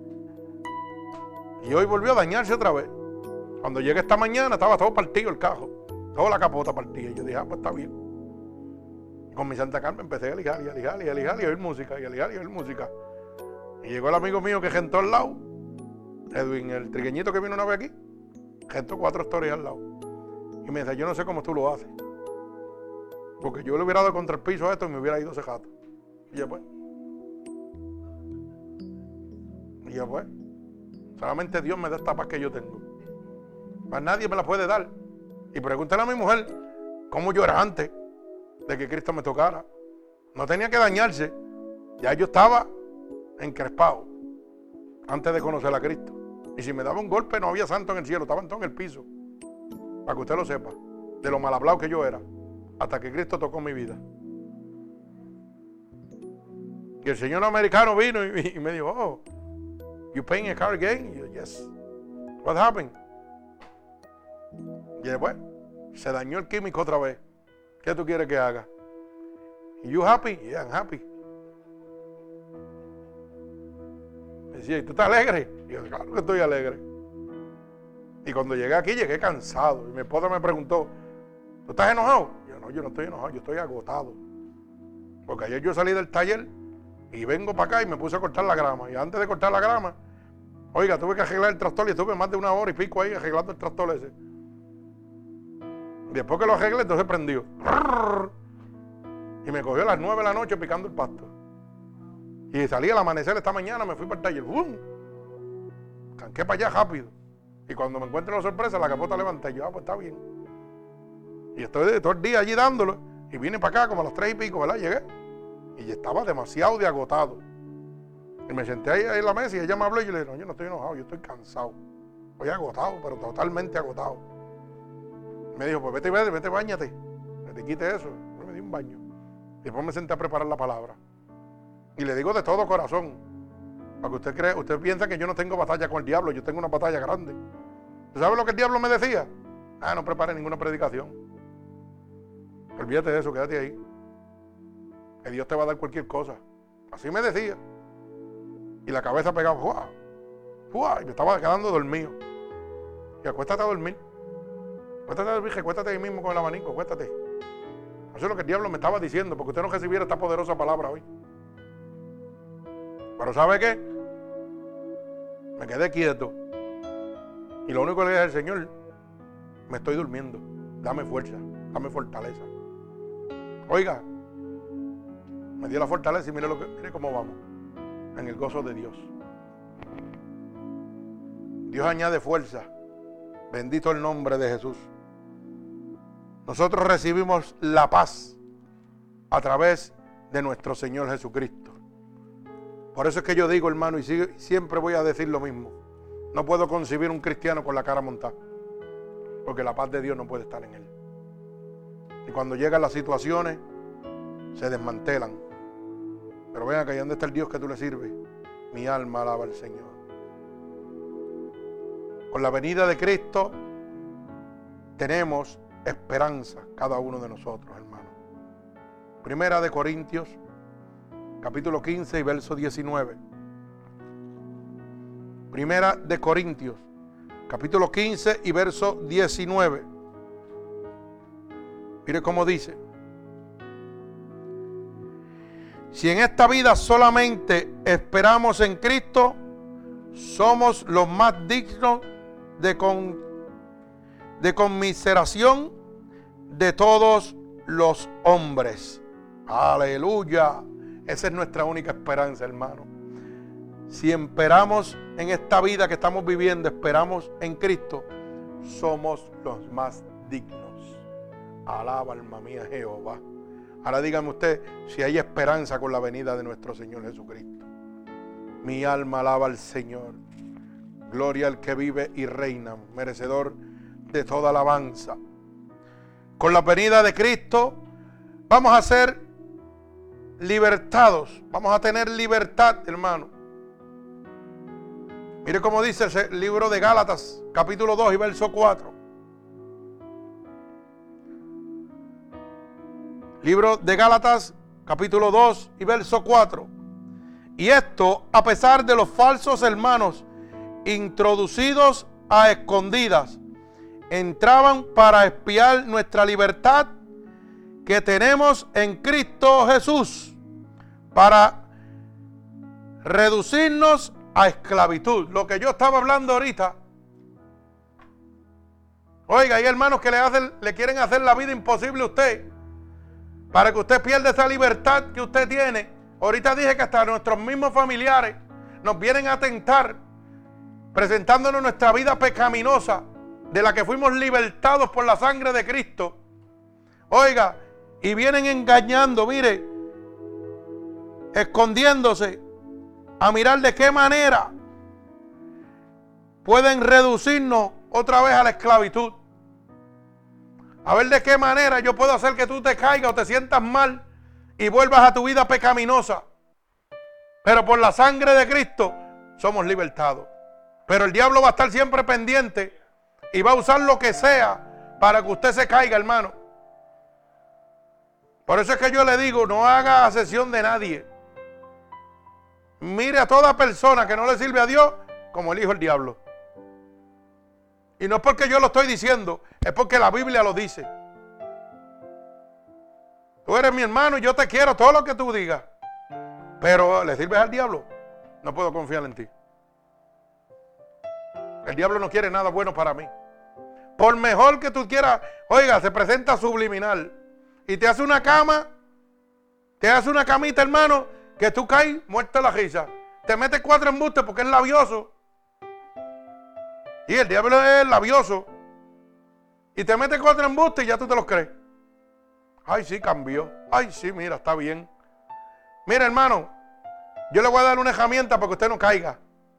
Y hoy volvió a dañarse otra vez. Cuando llegué esta mañana estaba todo partido el carro. Toda la capota partida. Y yo dije, pues está bien. Y con mi Santa Carmen empecé a lijar y a lijar y a lijar y a oír música y a lijar y a oír música. Y llegó el amigo mío que gentó al lado. Edwin, el trigueñito que vino una vez aquí. Gentó 4 stories al lado. Y me dice, yo no sé cómo tú lo haces. Porque yo le hubiera dado contra el piso a esto y me hubiera ido ese jato. Y ya pues. Y ya pues. Solamente Dios me da esta paz que yo tengo. Más nadie me la puede dar. Y pregúntale a mi mujer cómo yo era antes de que Cristo me tocara. No tenía que dañarse. Ya yo estaba encrespado antes de conocer a Cristo. Y si me daba un golpe no había santo en el cielo, estaban todos en el piso. Para que usted lo sepa, de lo mal hablado que yo era, hasta que Cristo tocó mi vida. Y el señor americano vino y me dijo, oh, you paying a car again? Y yo, yes. What happened? Y después, se dañó el químico otra vez. ¿Qué tú quieres que haga? You happy? Yeah, I'm happy. Me decía, ¿y tú estás alegre? Y yo, claro que estoy alegre. Y cuando llegué aquí, llegué cansado. Y mi esposa me preguntó, ¿tú estás enojado? Yo no estoy enojado, yo estoy agotado. Porque ayer yo salí del taller y vengo para acá y me puse a cortar la grama. Y antes de cortar la grama, oiga, tuve que arreglar el tractor y estuve más de 1 hora y pico ahí arreglando el tractor ese. Y después que lo arreglé, entonces prendió. Y me cogió a las 9 de la noche picando el pasto. Y salí al amanecer esta mañana, me fui para el taller. ¡Bum! Canqué para allá rápido. Y cuando me encuentro la sorpresa, la capota levanté. Y yo, pues está bien. Y estoy todo el día allí dándolo. Y vine para acá como a las 3 y pico, ¿verdad? Llegué. Y estaba demasiado de agotado. Y me senté ahí en la mesa y ella me habló y yo le dije, no, yo no estoy enojado, yo estoy cansado. Estoy agotado, pero totalmente agotado. Y me dijo, pues vete, báñate. Que te quite eso. Yo me di un baño. Y después me senté a preparar la palabra. Y le digo de todo corazón. Para que usted piensa que yo no tengo batalla con el diablo, yo tengo una batalla grande. ¿Tú sabes lo que el diablo me decía? No prepare ninguna predicación. Olvídate de eso, quédate ahí. Que Dios te va a dar cualquier cosa. Así me decía. Y la cabeza pegaba, ¡fua! ¡Fua! Y me estaba quedando dormido. Y acuéstate a dormir. Acuéstate a dormir, acuéstate ahí mismo con el abanico, acuéstate. Eso es lo que el diablo me estaba diciendo, porque usted no recibiera esta poderosa palabra hoy. Pero ¿sabe qué? Me quedé quieto. Y lo único que le dije al Señor, me estoy durmiendo. Dame fuerza, dame fortaleza. Oiga, me dio la fortaleza y mire cómo vamos. En el gozo de Dios. Dios añade fuerza. Bendito el nombre de Jesús. Nosotros recibimos la paz a través de nuestro Señor Jesucristo. Por eso es que yo digo, hermano, y siempre voy a decir lo mismo. No puedo concebir un cristiano con la cara montada, porque la paz de Dios no puede estar en él. Y cuando llegan las situaciones, se desmantelan. Pero vean que ahí donde está el Dios que tú le sirves, mi alma alaba al Señor. Con la venida de Cristo tenemos esperanza cada uno de nosotros, hermano. Primera de Corintios, capítulo 15 y verso 19. Primera de Corintios, capítulo 15 y verso 19. Mire cómo dice. Si en esta vida solamente esperamos en Cristo, somos los más dignos de conmiseración de todos los hombres. Aleluya. Esa es nuestra única esperanza, hermano. Si esperamos en esta vida que estamos viviendo, esperamos en Cristo, somos los más dignos. Alaba, alma mía, Jehová. Ahora dígame usted si hay esperanza con la venida de nuestro Señor Jesucristo. Mi alma alaba al Señor. Gloria al que vive y reina, merecedor de toda alabanza. con la venida de Cristo, vamos a ser libertados. Vamos a tener libertad, hermano. Mire cómo dice el libro de Gálatas, capítulo 2 y verso 4. Libro de Gálatas, capítulo 2 y verso 4. Y esto a pesar de los falsos hermanos introducidos a escondidas, entraban para espiar nuestra libertad que tenemos en Cristo Jesús, para reducirnos a esclavitud. Lo que yo estaba hablando ahorita. Oiga, hay hermanos que le quieren hacer la vida imposible a usted, para que usted pierda esa libertad que usted tiene. Ahorita dije que hasta nuestros mismos familiares nos vienen a tentar, presentándonos nuestra vida pecaminosa, de la que fuimos libertados por la sangre de Cristo. Oiga, y vienen engañando, mire, escondiéndose, a mirar de qué manera pueden reducirnos otra vez a la esclavitud. A ver de qué manera yo puedo hacer que tú te caigas o te sientas mal y vuelvas a tu vida pecaminosa. Pero por la sangre de Cristo somos libertados. Pero el diablo va a estar siempre pendiente y va a usar lo que sea para que usted se caiga, hermano. Por eso es que yo le digo, no haga asesión de nadie. Mire a toda persona que no le sirve a Dios como el hijo del diablo. Y no es porque yo lo estoy diciendo, es porque la Biblia lo dice. Tú eres mi hermano y yo te quiero, todo lo que tú digas. Pero le sirves al diablo, no puedo confiar en ti. El diablo no quiere nada bueno para mí. Por mejor que tú quieras, oiga, se presenta subliminal y te hace una cama, te hace una camita, hermano, que tú caes muerto de la risa. Te mete 4 embustes porque es labioso. Y el diablo es labioso. Y te mete 4 embustes y ya tú te los crees. Ay, sí, cambió. Ay, sí, mira, está bien. Mira, hermano, yo le voy a dar una herramienta para que usted no caiga.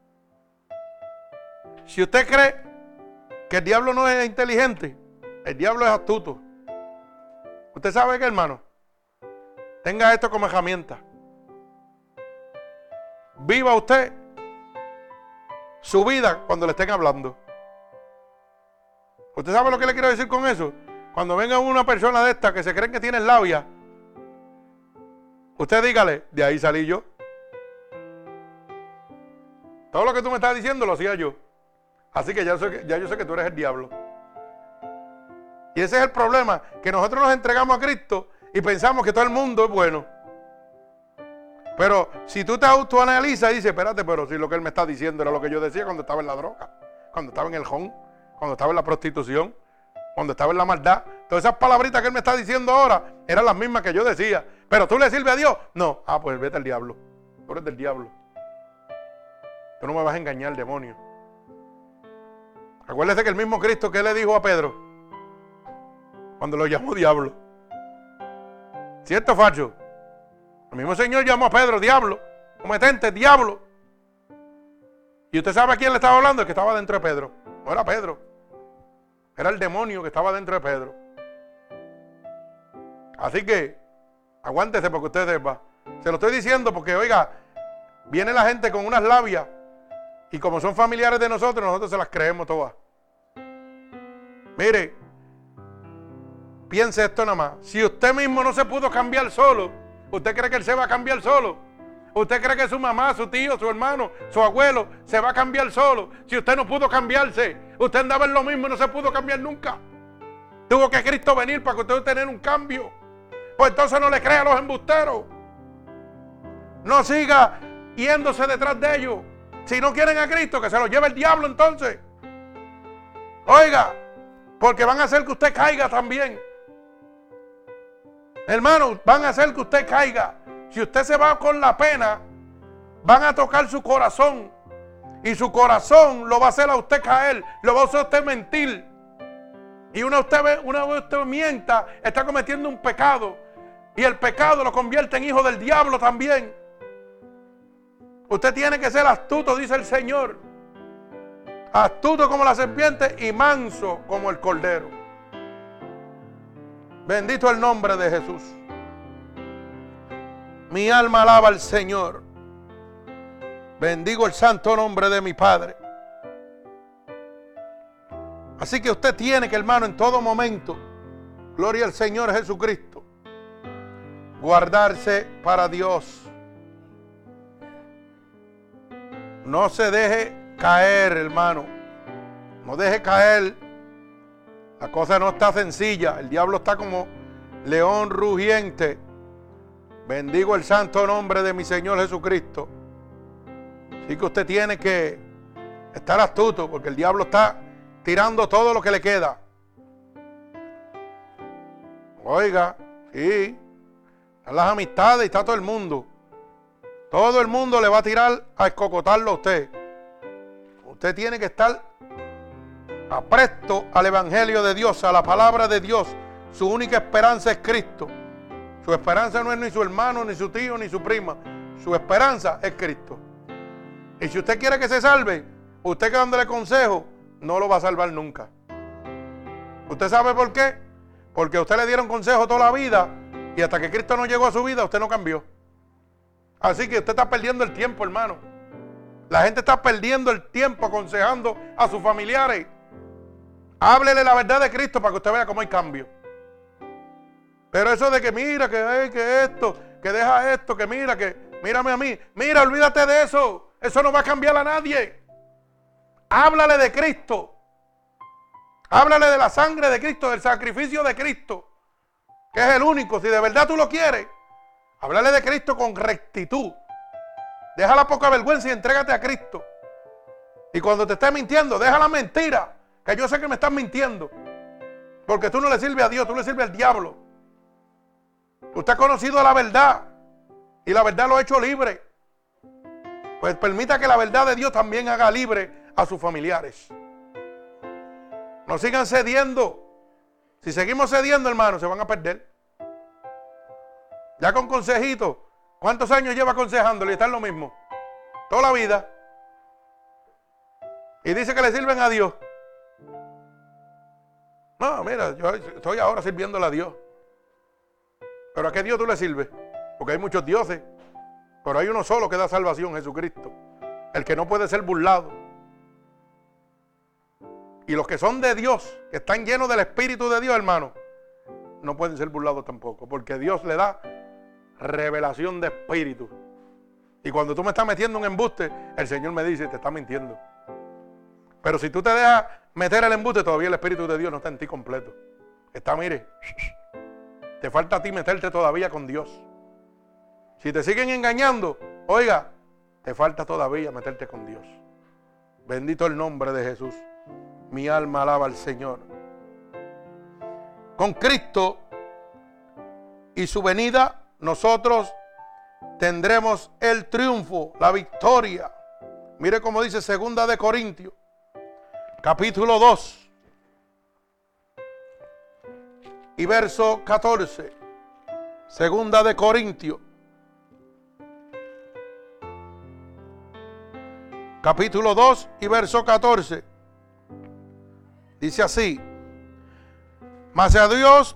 Si usted cree que el diablo no es inteligente, el diablo es astuto. ¿Usted sabe qué, hermano? Tenga esto como herramienta. Viva usted su vida cuando le estén hablando. ¿Usted sabe lo que le quiero decir con eso? Cuando venga una persona de esta que se cree que tiene labia, usted dígale, de ahí salí yo. Todo lo que tú me estás diciendo lo hacía yo. Así que ya yo sé que tú eres el diablo. Y ese es el problema, que nosotros nos entregamos a Cristo y pensamos que todo el mundo es bueno. Pero si tú te autoanalizas y dices, espérate, pero si lo que él me está diciendo era lo que yo decía cuando estaba en la droga, cuando estaba en el jon, cuando estaba en la prostitución, cuando estaba en la maldad, todas esas palabritas que él me está diciendo ahora eran las mismas que yo decía. Pero tú le sirves a Dios. No, pues vete al diablo. Tú eres del diablo. Tú no me vas a engañar, demonio. Acuérdese que el mismo Cristo que le dijo a Pedro cuando lo llamó diablo. ¿Cierto, facho? El mismo Señor llamó a Pedro diablo, cometente, diablo. ¿Y usted sabe a quién le estaba hablando? El que estaba dentro de Pedro. No era Pedro. Era el demonio que estaba dentro de Pedro. Así que, aguántese porque usted sepa. Se lo estoy diciendo porque, oiga, viene la gente con unas labias y como son familiares de nosotros se las creemos todas. Mire, piense esto nada más. Si usted mismo no se pudo cambiar solo, ¿usted cree que él se va a cambiar solo? ¿Usted cree que su mamá, su tío, su hermano, su abuelo se va a cambiar solo? Si usted no pudo cambiarse, usted andaba en lo mismo y no se pudo cambiar nunca. Tuvo que Cristo venir para que usted tenga un cambio. Pues entonces no le crea a los embusteros. No siga yéndose detrás de ellos. Si no quieren a Cristo, que se los lleve el diablo entonces. Oiga, porque van a hacer que usted caiga también. Hermano, van a hacer que usted caiga. Si usted se va con la pena, van a tocar su corazón. Y su corazón lo va a hacer a usted caer. Lo va a hacer a usted mentir. Y una vez usted mienta, está cometiendo un pecado. Y el pecado lo convierte en hijo del diablo también. Usted tiene que ser astuto, dice el Señor. Astuto como la serpiente y manso como el cordero. Bendito el nombre de Jesús. Mi alma alaba al Señor. Bendigo el santo nombre de mi Padre. Así que usted tiene que, hermano, en todo momento, gloria al Señor Jesucristo, guardarse para Dios. No se deje caer, hermano. No deje caer. La cosa no está sencilla. El diablo está como león rugiente. Bendigo el santo nombre de mi Señor Jesucristo. Así que usted tiene que estar astuto, porque el diablo está tirando todo lo que le queda. Oiga, sí. Están las amistades y está todo el mundo. Todo el mundo le va a tirar a escocotarlo a usted. Usted tiene que estar apresto al evangelio de Dios, a la palabra de Dios. Su única esperanza es Cristo. Su esperanza no es ni su hermano, ni su tío, ni su prima. Su esperanza es Cristo. Y si usted quiere que se salve, usted que dándole consejo, no lo va a salvar nunca. ¿Usted sabe por qué? Porque a usted le dieron consejo toda la vida y hasta que Cristo no llegó a su vida, usted no cambió. Así que usted está perdiendo el tiempo, hermano. La gente está perdiendo el tiempo aconsejando a sus familiares. Háblele la verdad de Cristo para que usted vea cómo hay cambio. Pero eso de que mira, que esto, que deja esto, que mira, que mírame a mí. Mira, olvídate de eso. Eso no va a cambiar a nadie. Háblale de Cristo. Háblale de la sangre de Cristo, del sacrificio de Cristo, que es el único. Si de verdad tú lo quieres, háblale de Cristo con rectitud. Deja la poca vergüenza y entrégate a Cristo. Y cuando te estés mintiendo, deja la mentira, que yo sé que me estás mintiendo. Porque tú no le sirves a Dios, tú le sirves al diablo. Usted ha conocido la verdad y la verdad lo ha hecho libre. Pues permita que la verdad de Dios también haga libre a sus familiares. No sigan cediendo. Si seguimos cediendo, hermano, se van a perder. Ya con consejitos. ¿Cuántos años lleva aconsejándole y está en lo mismo? Toda la vida. Y dice que le sirven a Dios. No, mira, yo estoy ahora sirviéndole a Dios. ¿Pero a qué Dios tú le sirves? Porque hay muchos dioses. Pero hay uno solo que da salvación, Jesucristo. El que no puede ser burlado. Y los que son de Dios, que están llenos del Espíritu de Dios, hermano, no pueden ser burlados tampoco. Porque Dios le da revelación de espíritu. Y cuando tú me estás metiendo un embuste, el Señor me dice, te está mintiendo. Pero si tú te dejas meter el embuste, todavía el Espíritu de Dios no está en ti completo. Está, mire, te falta a ti meterte todavía con Dios. Si te siguen engañando, oiga, te falta todavía meterte con Dios. Bendito el nombre de Jesús. Mi alma alaba al Señor. Con Cristo y su venida, nosotros tendremos el triunfo, la victoria. Mire cómo dice 2 de Corintios, capítulo 2 y verso 14. 2 de Corintios, capítulo 2 y verso 14. Dice así: mas a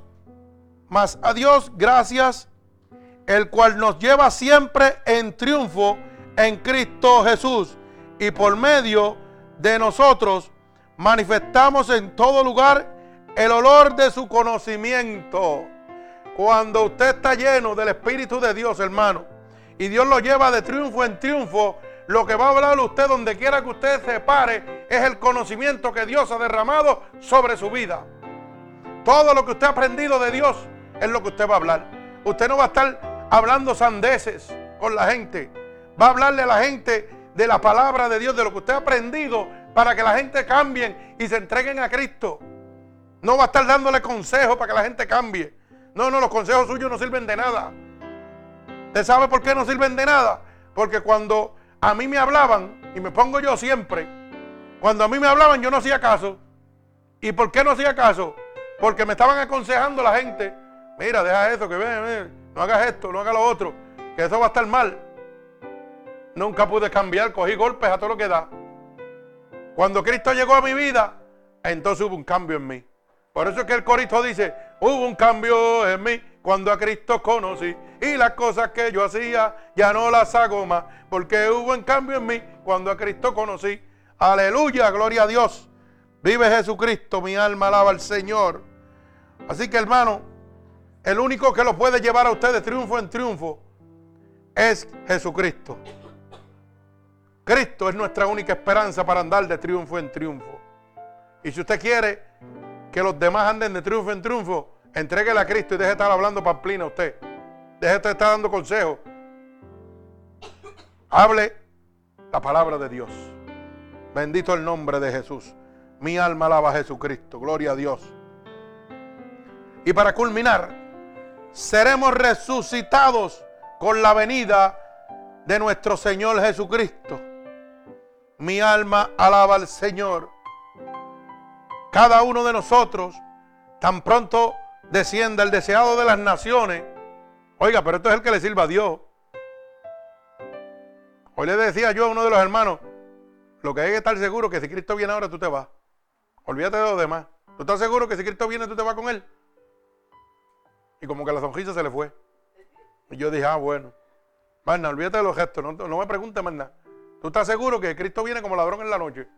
Dios gracias, el cual nos lleva siempre en triunfo en Cristo Jesús, y por medio de nosotros manifestamos en todo lugar el olor de su conocimiento. Cuando usted está lleno del Espíritu de Dios, hermano, y Dios lo lleva de triunfo en triunfo, lo que va a hablar usted donde quiera que usted se pare es el conocimiento que Dios ha derramado sobre su vida. Todo lo que usted ha aprendido de Dios es lo que usted va a hablar. Usted no va a estar hablando sandeces con la gente. Va a hablarle a la gente de la palabra de Dios, de lo que usted ha aprendido, para que la gente cambie y se entreguen a Cristo. No va a estar dándole consejos para que la gente cambie. No, los consejos suyos no sirven de nada. ¿Usted sabe por qué no sirven de nada? Porque cuando a mí me hablaban, y me pongo yo siempre, cuando a mí me hablaban yo no hacía caso. ¿Y por qué no hacía caso? Porque me estaban aconsejando la gente. Mira, deja eso, que ven, no hagas esto, no hagas lo otro, que eso va a estar mal. Nunca pude cambiar, cogí golpes a todo lo que da. Cuando Cristo llegó a mi vida, entonces hubo un cambio en mí. Por eso es que el corito dice, Hubo un cambio en mí cuando a Cristo conocí. Y las cosas que yo hacía ya no las hago más, porque hubo un cambio en mí cuando a Cristo conocí. Aleluya, gloria a Dios. Vive Jesucristo, mi alma alaba al Señor. Así que, hermano, el único que lo puede llevar a usted de triunfo en triunfo es Jesucristo. Cristo es nuestra única esperanza para andar de triunfo en triunfo. Y si usted quiere que los demás anden de triunfo en triunfo, entréguele a Cristo y deje de estar hablando pamplina a usted. Deje de estar dando consejos. Hable la palabra de Dios. Bendito el nombre de Jesús. Mi alma alaba a Jesucristo. Gloria a Dios. Y para culminar, seremos resucitados con la venida de nuestro Señor Jesucristo. Mi alma alaba al Señor. Cada uno de nosotros, tan pronto descienda el deseado de las naciones. Oiga, pero esto es el que le sirva a Dios. Hoy le decía yo a uno de los hermanos, lo que hay que estar seguro que si Cristo viene ahora tú te vas. Olvídate de lo demás. ¿Tú estás seguro que si Cristo viene tú te vas con Él? Y como que la sonrisa se le fue. Y yo dije, bueno. Más nada, olvídate de los gestos, no me preguntes más nada. ¿Tú estás seguro que Cristo viene como ladrón en la noche?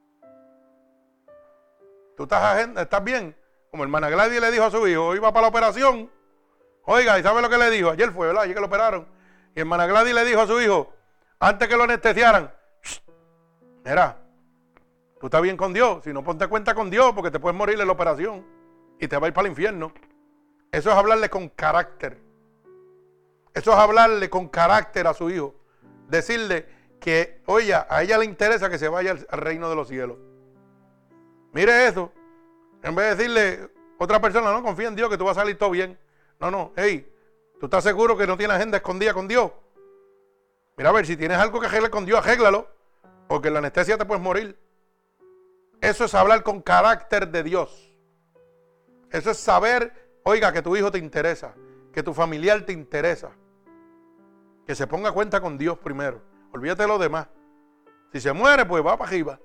¿Tú estás bien? Como hermana Gladys le dijo a su hijo, hoy va para la operación. Oiga, ¿y sabe lo que le dijo? Ayer fue, ¿verdad? Ayer que lo operaron. Y hermana Gladys le dijo a su hijo, antes que lo anestesiaran, mira, tú estás bien con Dios. Si no, ponte cuenta con Dios porque te puedes morir en la operación y te va a ir para el infierno. Eso es hablarle con carácter. Eso es hablarle con carácter a su hijo. Decirle que, oye, a ella le interesa que se vaya al reino de los cielos. Mire eso. En vez de decirle a otra persona, no, confía en Dios que tú vas a salir todo bien. No, hey, ¿tú estás seguro que no tienes agenda escondida con Dios? Mira, a ver, si tienes algo que arreglar con Dios, arréglalo. Porque en la anestesia te puedes morir. Eso es hablar con carácter de Dios. Eso es saber, oiga, que tu hijo te interesa, que tu familiar te interesa. Que se ponga cuenta con Dios primero. Olvídate de lo demás. Si se muere, pues va para arriba.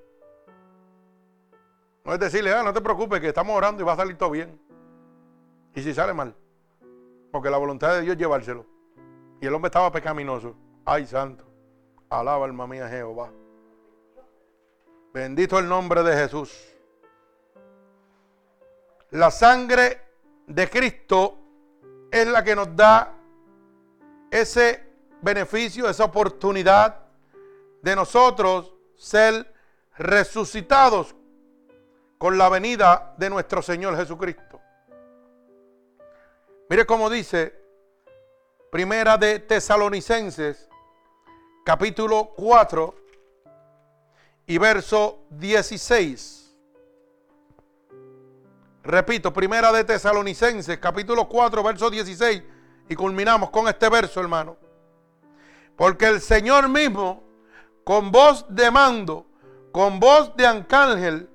No es decirle, no te preocupes, que estamos orando y va a salir todo bien. Y si sale mal, porque la voluntad de Dios es llevárselo. Y el hombre estaba pecaminoso. Ay, santo. Alaba alma mía Jehová. Bendito el nombre de Jesús. La sangre de Cristo es la que nos da ese beneficio, esa oportunidad de nosotros ser resucitados con la venida de nuestro Señor Jesucristo. Mire cómo dice Primera de Tesalonicenses, capítulo 4 y verso 16. Repito, Primera de Tesalonicenses, capítulo 4, verso 16. Y culminamos con este verso, hermano. Porque el Señor mismo, con voz de mando, con voz de arcángel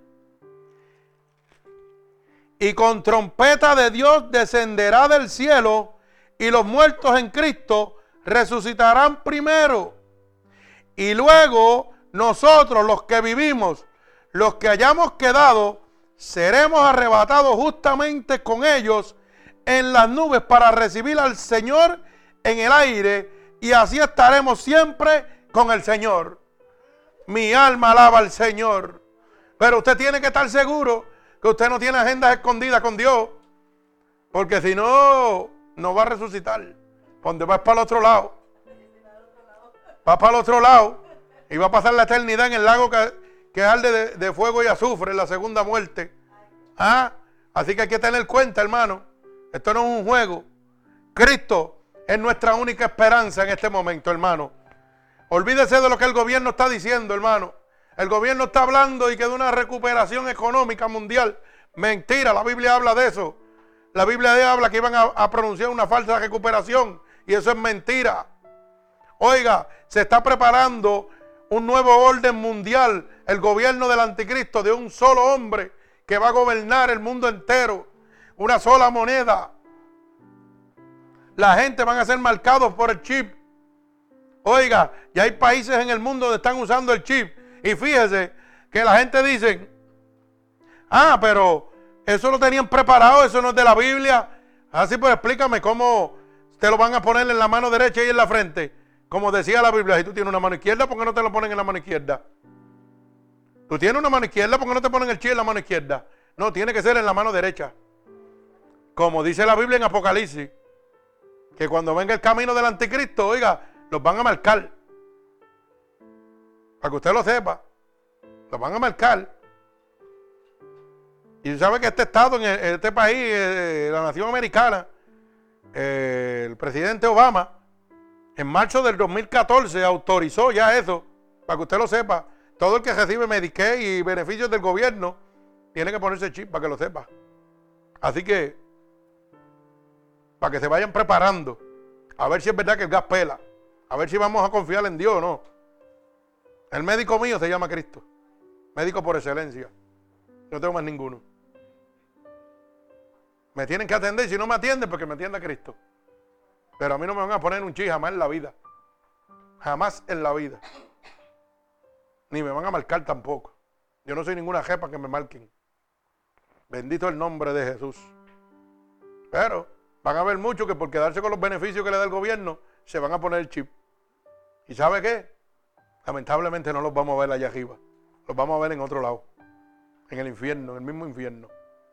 y con trompeta de Dios descenderá del cielo, y los muertos en Cristo resucitarán primero. Y luego nosotros, los que vivimos, los que hayamos quedado, seremos arrebatados justamente con ellos en las nubes para recibir al Señor en el aire, y así estaremos siempre con el Señor. Mi alma alaba al Señor. Pero usted tiene que estar seguro que usted no tiene agendas escondidas con Dios, porque si no, no va a resucitar. Cuando va para el otro lado, va para el otro lado y va a pasar la eternidad en el lago que arde de fuego y azufre, en la segunda muerte. Así que hay que tener cuenta, hermano. Esto no es un juego. Cristo es nuestra única esperanza en este momento, hermano. Olvídese de lo que el gobierno está diciendo, hermano. El gobierno está hablando y que de una recuperación económica mundial. Mentira, la Biblia habla de eso. La Biblia habla que iban a pronunciar una falsa recuperación, y eso es mentira. Oiga, se está preparando un nuevo orden mundial, el gobierno del anticristo, de un solo hombre que va a gobernar el mundo entero, una sola moneda. La gente van a ser marcados por el chip. Oiga, ya hay países en el mundo donde están usando el chip. Y fíjese que la gente dice, pero Eso lo tenían preparado, eso no es de la Biblia. Así pues explícame cómo te lo van a poner en la mano derecha y en la frente. Como decía la Biblia, si tú tienes una mano izquierda, ¿por qué no te lo ponen en la mano izquierda? Tú tienes una mano izquierda, ¿por qué no te ponen el chi en la mano izquierda? No, tiene que ser en la mano derecha. Como dice la Biblia en Apocalipsis, que cuando venga el camino del anticristo, oiga, los van a marcar. Para que usted lo sepa. Los van a marcar. Y tú sabes que este estado, en este país, la nación americana, el presidente Obama, en marzo del 2014 autorizó ya eso, para que usted lo sepa. Todo el que recibe Medicaid y beneficios del gobierno tiene que ponerse chip para que lo sepa. Así que, para que se vayan preparando, a ver si es verdad que el gas pela, a ver si vamos a confiar en Dios o no. El médico mío se llama Cristo, médico por excelencia. No tengo más ninguno. Me tienen que atender, si no me atienden, porque me atienda Cristo. Pero a mí no me van a poner un chi jamás en la vida. Jamás en la vida. Ni me van a marcar tampoco. Yo no soy ninguna jefa que me marquen. Bendito el nombre de Jesús. Pero van a haber muchos que por quedarse con los beneficios que le da el gobierno, se van a poner el chip. ¿Y sabe qué? Lamentablemente no los vamos a ver allá arriba. Los vamos a ver en otro lado. En el infierno, en el mismo infierno.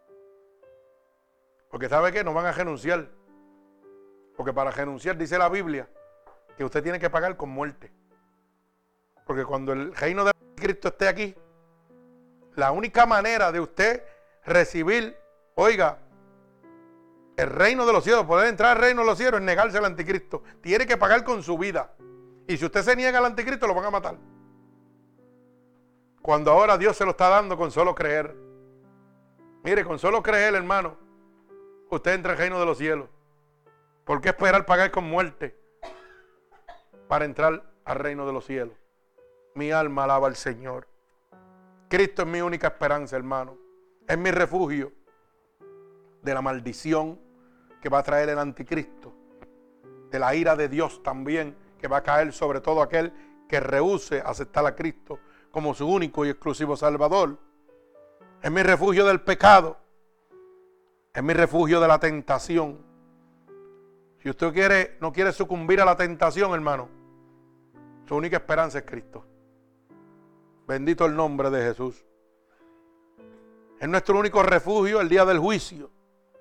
Porque ¿sabe qué? No van a renunciar. Porque para renunciar, dice la Biblia, que usted tiene que pagar con muerte. Porque cuando el reino de Cristo esté aquí, la única manera de usted recibir, oiga, el reino de los cielos, poder entrar al reino de los cielos, es negarse al anticristo. Tiene que pagar con su vida. Y si usted se niega al anticristo, lo van a matar. Cuando ahora Dios se lo está dando con solo creer. Mire, con solo creer, hermano, usted entra al reino de los cielos. ¿Por qué esperar pagar con muerte para entrar al reino de los cielos? Mi alma alaba al Señor. Cristo es mi única esperanza, hermano. Es mi refugio de la maldición que va a traer el anticristo. De la ira de Dios también, que va a caer sobre todo aquel que rehúse aceptar a Cristo como su único y exclusivo Salvador. Es mi refugio del pecado. Es mi refugio de la tentación. Si usted no quiere sucumbir a la tentación, hermano, su única esperanza es Cristo. Bendito el nombre de Jesús. Es nuestro único refugio el día del juicio.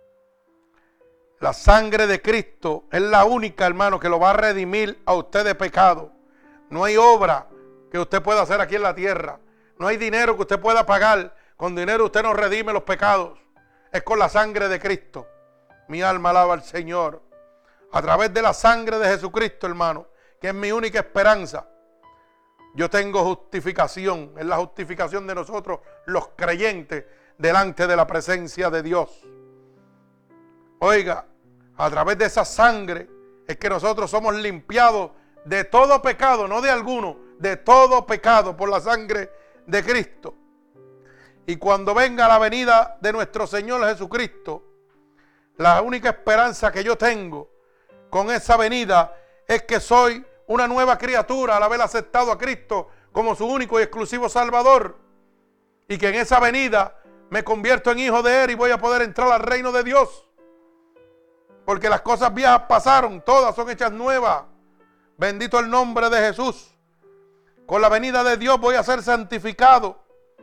La sangre de Cristo es la única, hermano, que lo va a redimir a usted de pecado. No hay obra que usted pueda hacer aquí en la tierra. No hay dinero que usted pueda pagar. Con dinero usted no redime los pecados. Es con la sangre de Cristo. Mi alma alaba al Señor. A través de la sangre de Jesucristo, hermano, que es mi única esperanza, yo tengo justificación. Es la justificación de nosotros, los creyentes, delante de la presencia de Dios. Oiga, a través de esa sangre es que nosotros somos limpiados de todo pecado, no de alguno, de todo pecado por la sangre de Cristo. Y cuando venga la venida de nuestro Señor Jesucristo, la única esperanza que yo tengo con esa venida es que soy una nueva criatura al haber aceptado a Cristo como su único y exclusivo Salvador. Y que en esa venida me convierto en hijo de Él y voy a poder entrar al reino de Dios. Porque las cosas viejas pasaron, todas son hechas nuevas. Bendito el nombre de Jesús. Con la venida de Dios voy a ser santificado.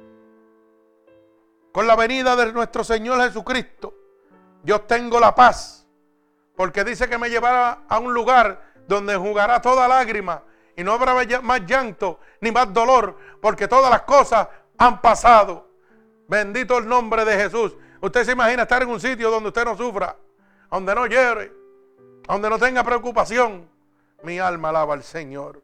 Con la venida de nuestro Señor Jesucristo, yo tengo la paz. Porque dice que me llevará a un lugar donde enjugará toda lágrima y no habrá más llanto ni más dolor, porque todas las cosas han pasado. Bendito el nombre de Jesús. Usted se imagina estar en un sitio donde usted no sufra, donde no llore, donde no tenga preocupación. Mi alma alaba al Señor.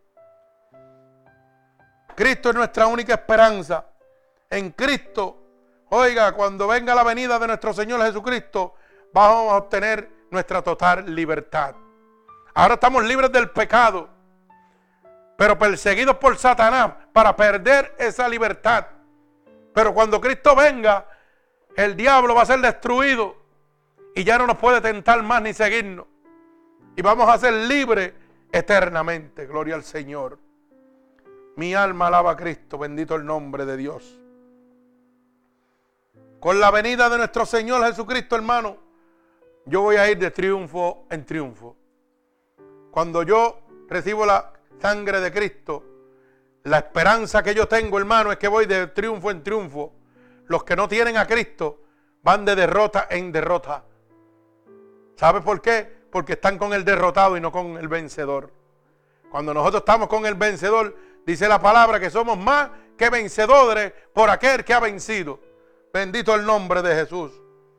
Cristo es nuestra única esperanza. En Cristo, oiga, cuando venga la venida de nuestro Señor Jesucristo, vamos a obtener nuestra total libertad. Ahora estamos libres del pecado, pero perseguidos por Satanás para perder esa libertad. Pero cuando Cristo venga, el diablo va a ser destruido y ya no nos puede tentar más ni seguirnos. Y vamos a ser libres eternamente. Gloria al Señor. Mi alma alaba a Cristo. Bendito el nombre de Dios. con la venida de nuestro Señor Jesucristo, hermano, yo voy a ir de triunfo en triunfo. Cuando yo recibo la sangre de Cristo, la esperanza que yo tengo, hermano, es que voy de triunfo en triunfo. Los que no tienen a Cristo van de derrota en derrota. ¿Sabe por qué? Porque están con el derrotado y no con el vencedor. Cuando nosotros estamos con el vencedor, dice la palabra que somos más que vencedores por aquel que ha vencido. Bendito el nombre de Jesús.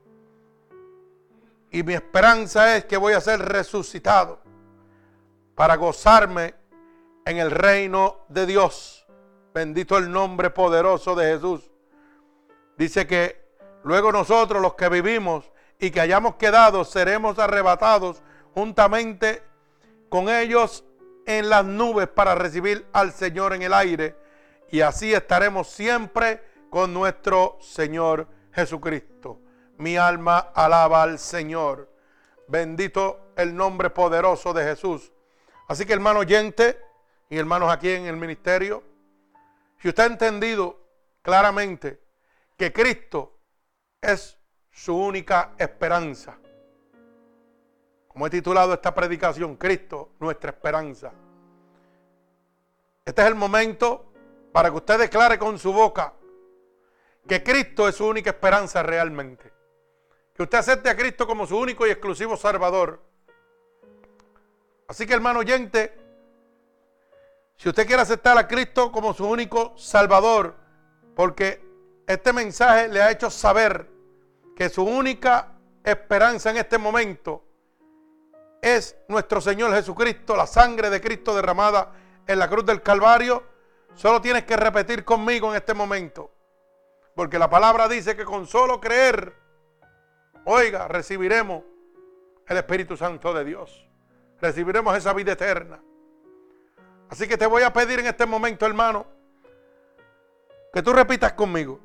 Y mi esperanza es que voy a ser resucitado para gozarme en el reino de Dios. Bendito el nombre poderoso de Jesús. Dice que luego nosotros, los que vivimos y que hayamos quedado, seremos arrebatados juntamente con ellos en las nubes para recibir al Señor en el aire. Y así estaremos siempre con nuestro Señor Jesucristo. Mi alma alaba al Señor. Bendito el nombre poderoso de Jesús. Así que, hermano oyente y hermanos aquí en el ministerio, si usted ha entendido claramente que Cristo es su única esperanza, como he titulado esta predicación, Cristo, nuestra esperanza. Este es el momento para que usted declare con su boca que Cristo es su única esperanza realmente. Que usted acepte a Cristo como su único y exclusivo Salvador. Así que, hermano oyente, si usted quiere aceptar a Cristo como su único Salvador, porque este mensaje le ha hecho saber que su única esperanza en este momento es nuestro Señor Jesucristo, la sangre de Cristo derramada en la cruz del Calvario, solo tienes que repetir conmigo en este momento. Porque la palabra dice que con solo creer, oiga, recibiremos el Espíritu Santo de Dios. Recibiremos esa vida eterna. Así que te voy a pedir en este momento, hermano, que tú repitas conmigo.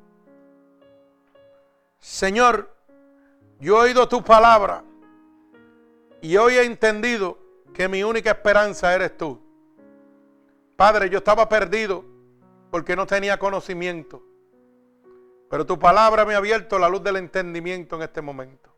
Señor, yo he oído tu palabra y hoy he entendido que mi única esperanza eres tú. Padre, yo estaba perdido porque no tenía conocimiento, pero tu palabra me ha abierto la luz del entendimiento en este momento.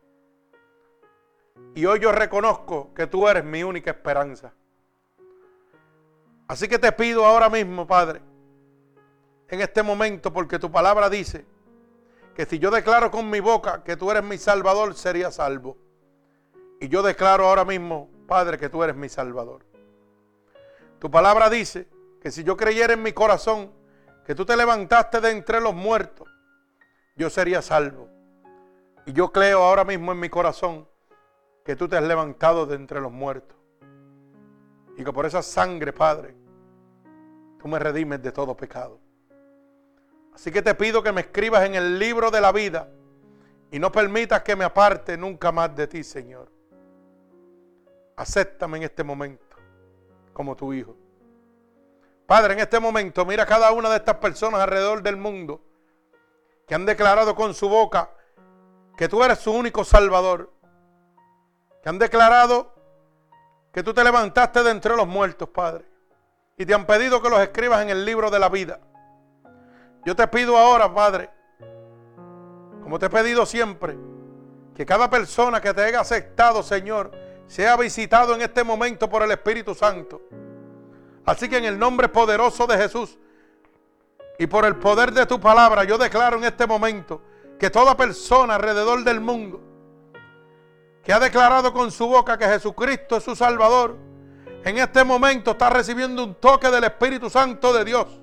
Y hoy yo reconozco que tú eres mi única esperanza. Así que te pido ahora mismo, Padre, en este momento, porque tu palabra dice que si yo declaro con mi boca que tú eres mi Salvador, sería salvo. Y yo declaro ahora mismo, Padre, que tú eres mi Salvador. Tu palabra dice que si yo creyera en mi corazón que tú te levantaste de entre los muertos, yo sería salvo. Y yo creo ahora mismo en mi corazón que tú te has levantado de entre los muertos. Y que por esa sangre, Padre, tú me redimes de todo pecado. Así que te pido que me escribas en el libro de la vida y no permitas que me aparte nunca más de ti, Señor. Acéptame en este momento como tu hijo. Padre, en este momento mira a cada una de estas personas alrededor del mundo que han declarado con su boca que tú eres su único Salvador, que han declarado que tú te levantaste de entre los muertos, Padre, y te han pedido que los escribas en el libro de la vida. Yo te pido ahora, Padre, como te he pedido siempre, que cada persona que te haya aceptado, Señor, sea visitado en este momento por el Espíritu Santo. Así que en el nombre poderoso de Jesús y por el poder de tu palabra, yo declaro en este momento que toda persona alrededor del mundo que ha declarado con su boca que Jesucristo es su Salvador, en este momento está recibiendo un toque del Espíritu Santo de Dios.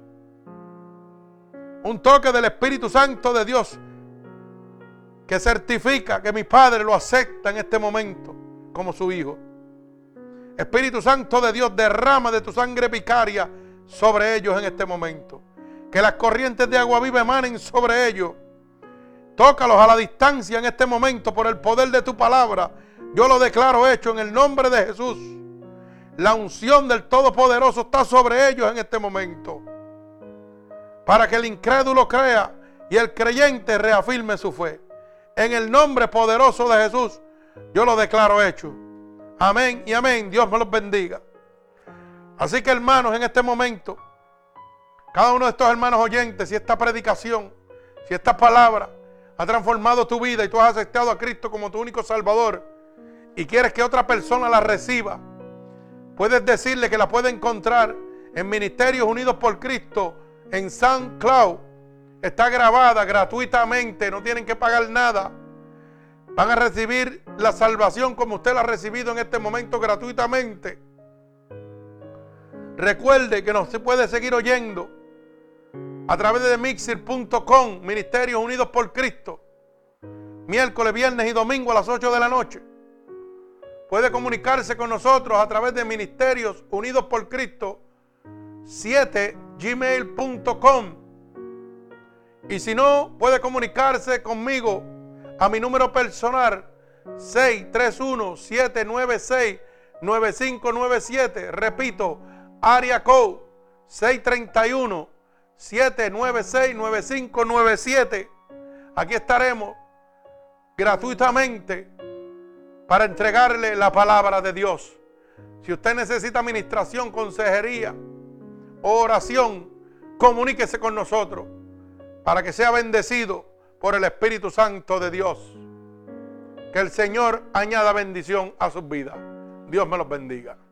Un toque del Espíritu Santo de Dios que certifica que mi Padre lo acepta en este momento como su Hijo. Espíritu Santo de Dios, derrama de tu sangre vicaria sobre ellos en este momento. Que las corrientes de agua viva emanen sobre ellos. Tócalos a la distancia en este momento por el poder de tu palabra. Yo lo declaro hecho en el nombre de Jesús. La unción del Todopoderoso está sobre ellos en este momento, para que el incrédulo crea y el creyente reafirme su fe. En el nombre poderoso de Jesús, yo lo declaro hecho. Amén y amén. Dios me los bendiga. Así que, hermanos, en este momento, cada uno de estos hermanos oyentes, si esta predicación, si esta palabra ha transformado tu vida y tú has aceptado a Cristo como tu único Salvador y quieres que otra persona la reciba, puedes decirle que la puede encontrar en Ministerios Unidos por Cristo en SoundCloud. Está grabada gratuitamente, no tienen que pagar nada. Van a recibir la salvación como usted la ha recibido en este momento gratuitamente. Recuerde que nos se puede seguir oyendo a través de Mixer.com, Ministerios Unidos por Cristo, miércoles, viernes y domingo a las 8 de la noche. Puede comunicarse con nosotros a través de Ministerios Unidos por Cristo 7gmail.com. Y si no, puede comunicarse conmigo a mi número personal 631-796-9597. Repito, área code 631-796-9597. Aquí estaremos gratuitamente para entregarle la palabra de Dios. Si usted necesita administración, consejería o oración, comuníquese con nosotros para que sea bendecido por el Espíritu Santo de Dios. Que el Señor añada bendición a sus vidas. Dios me los bendiga.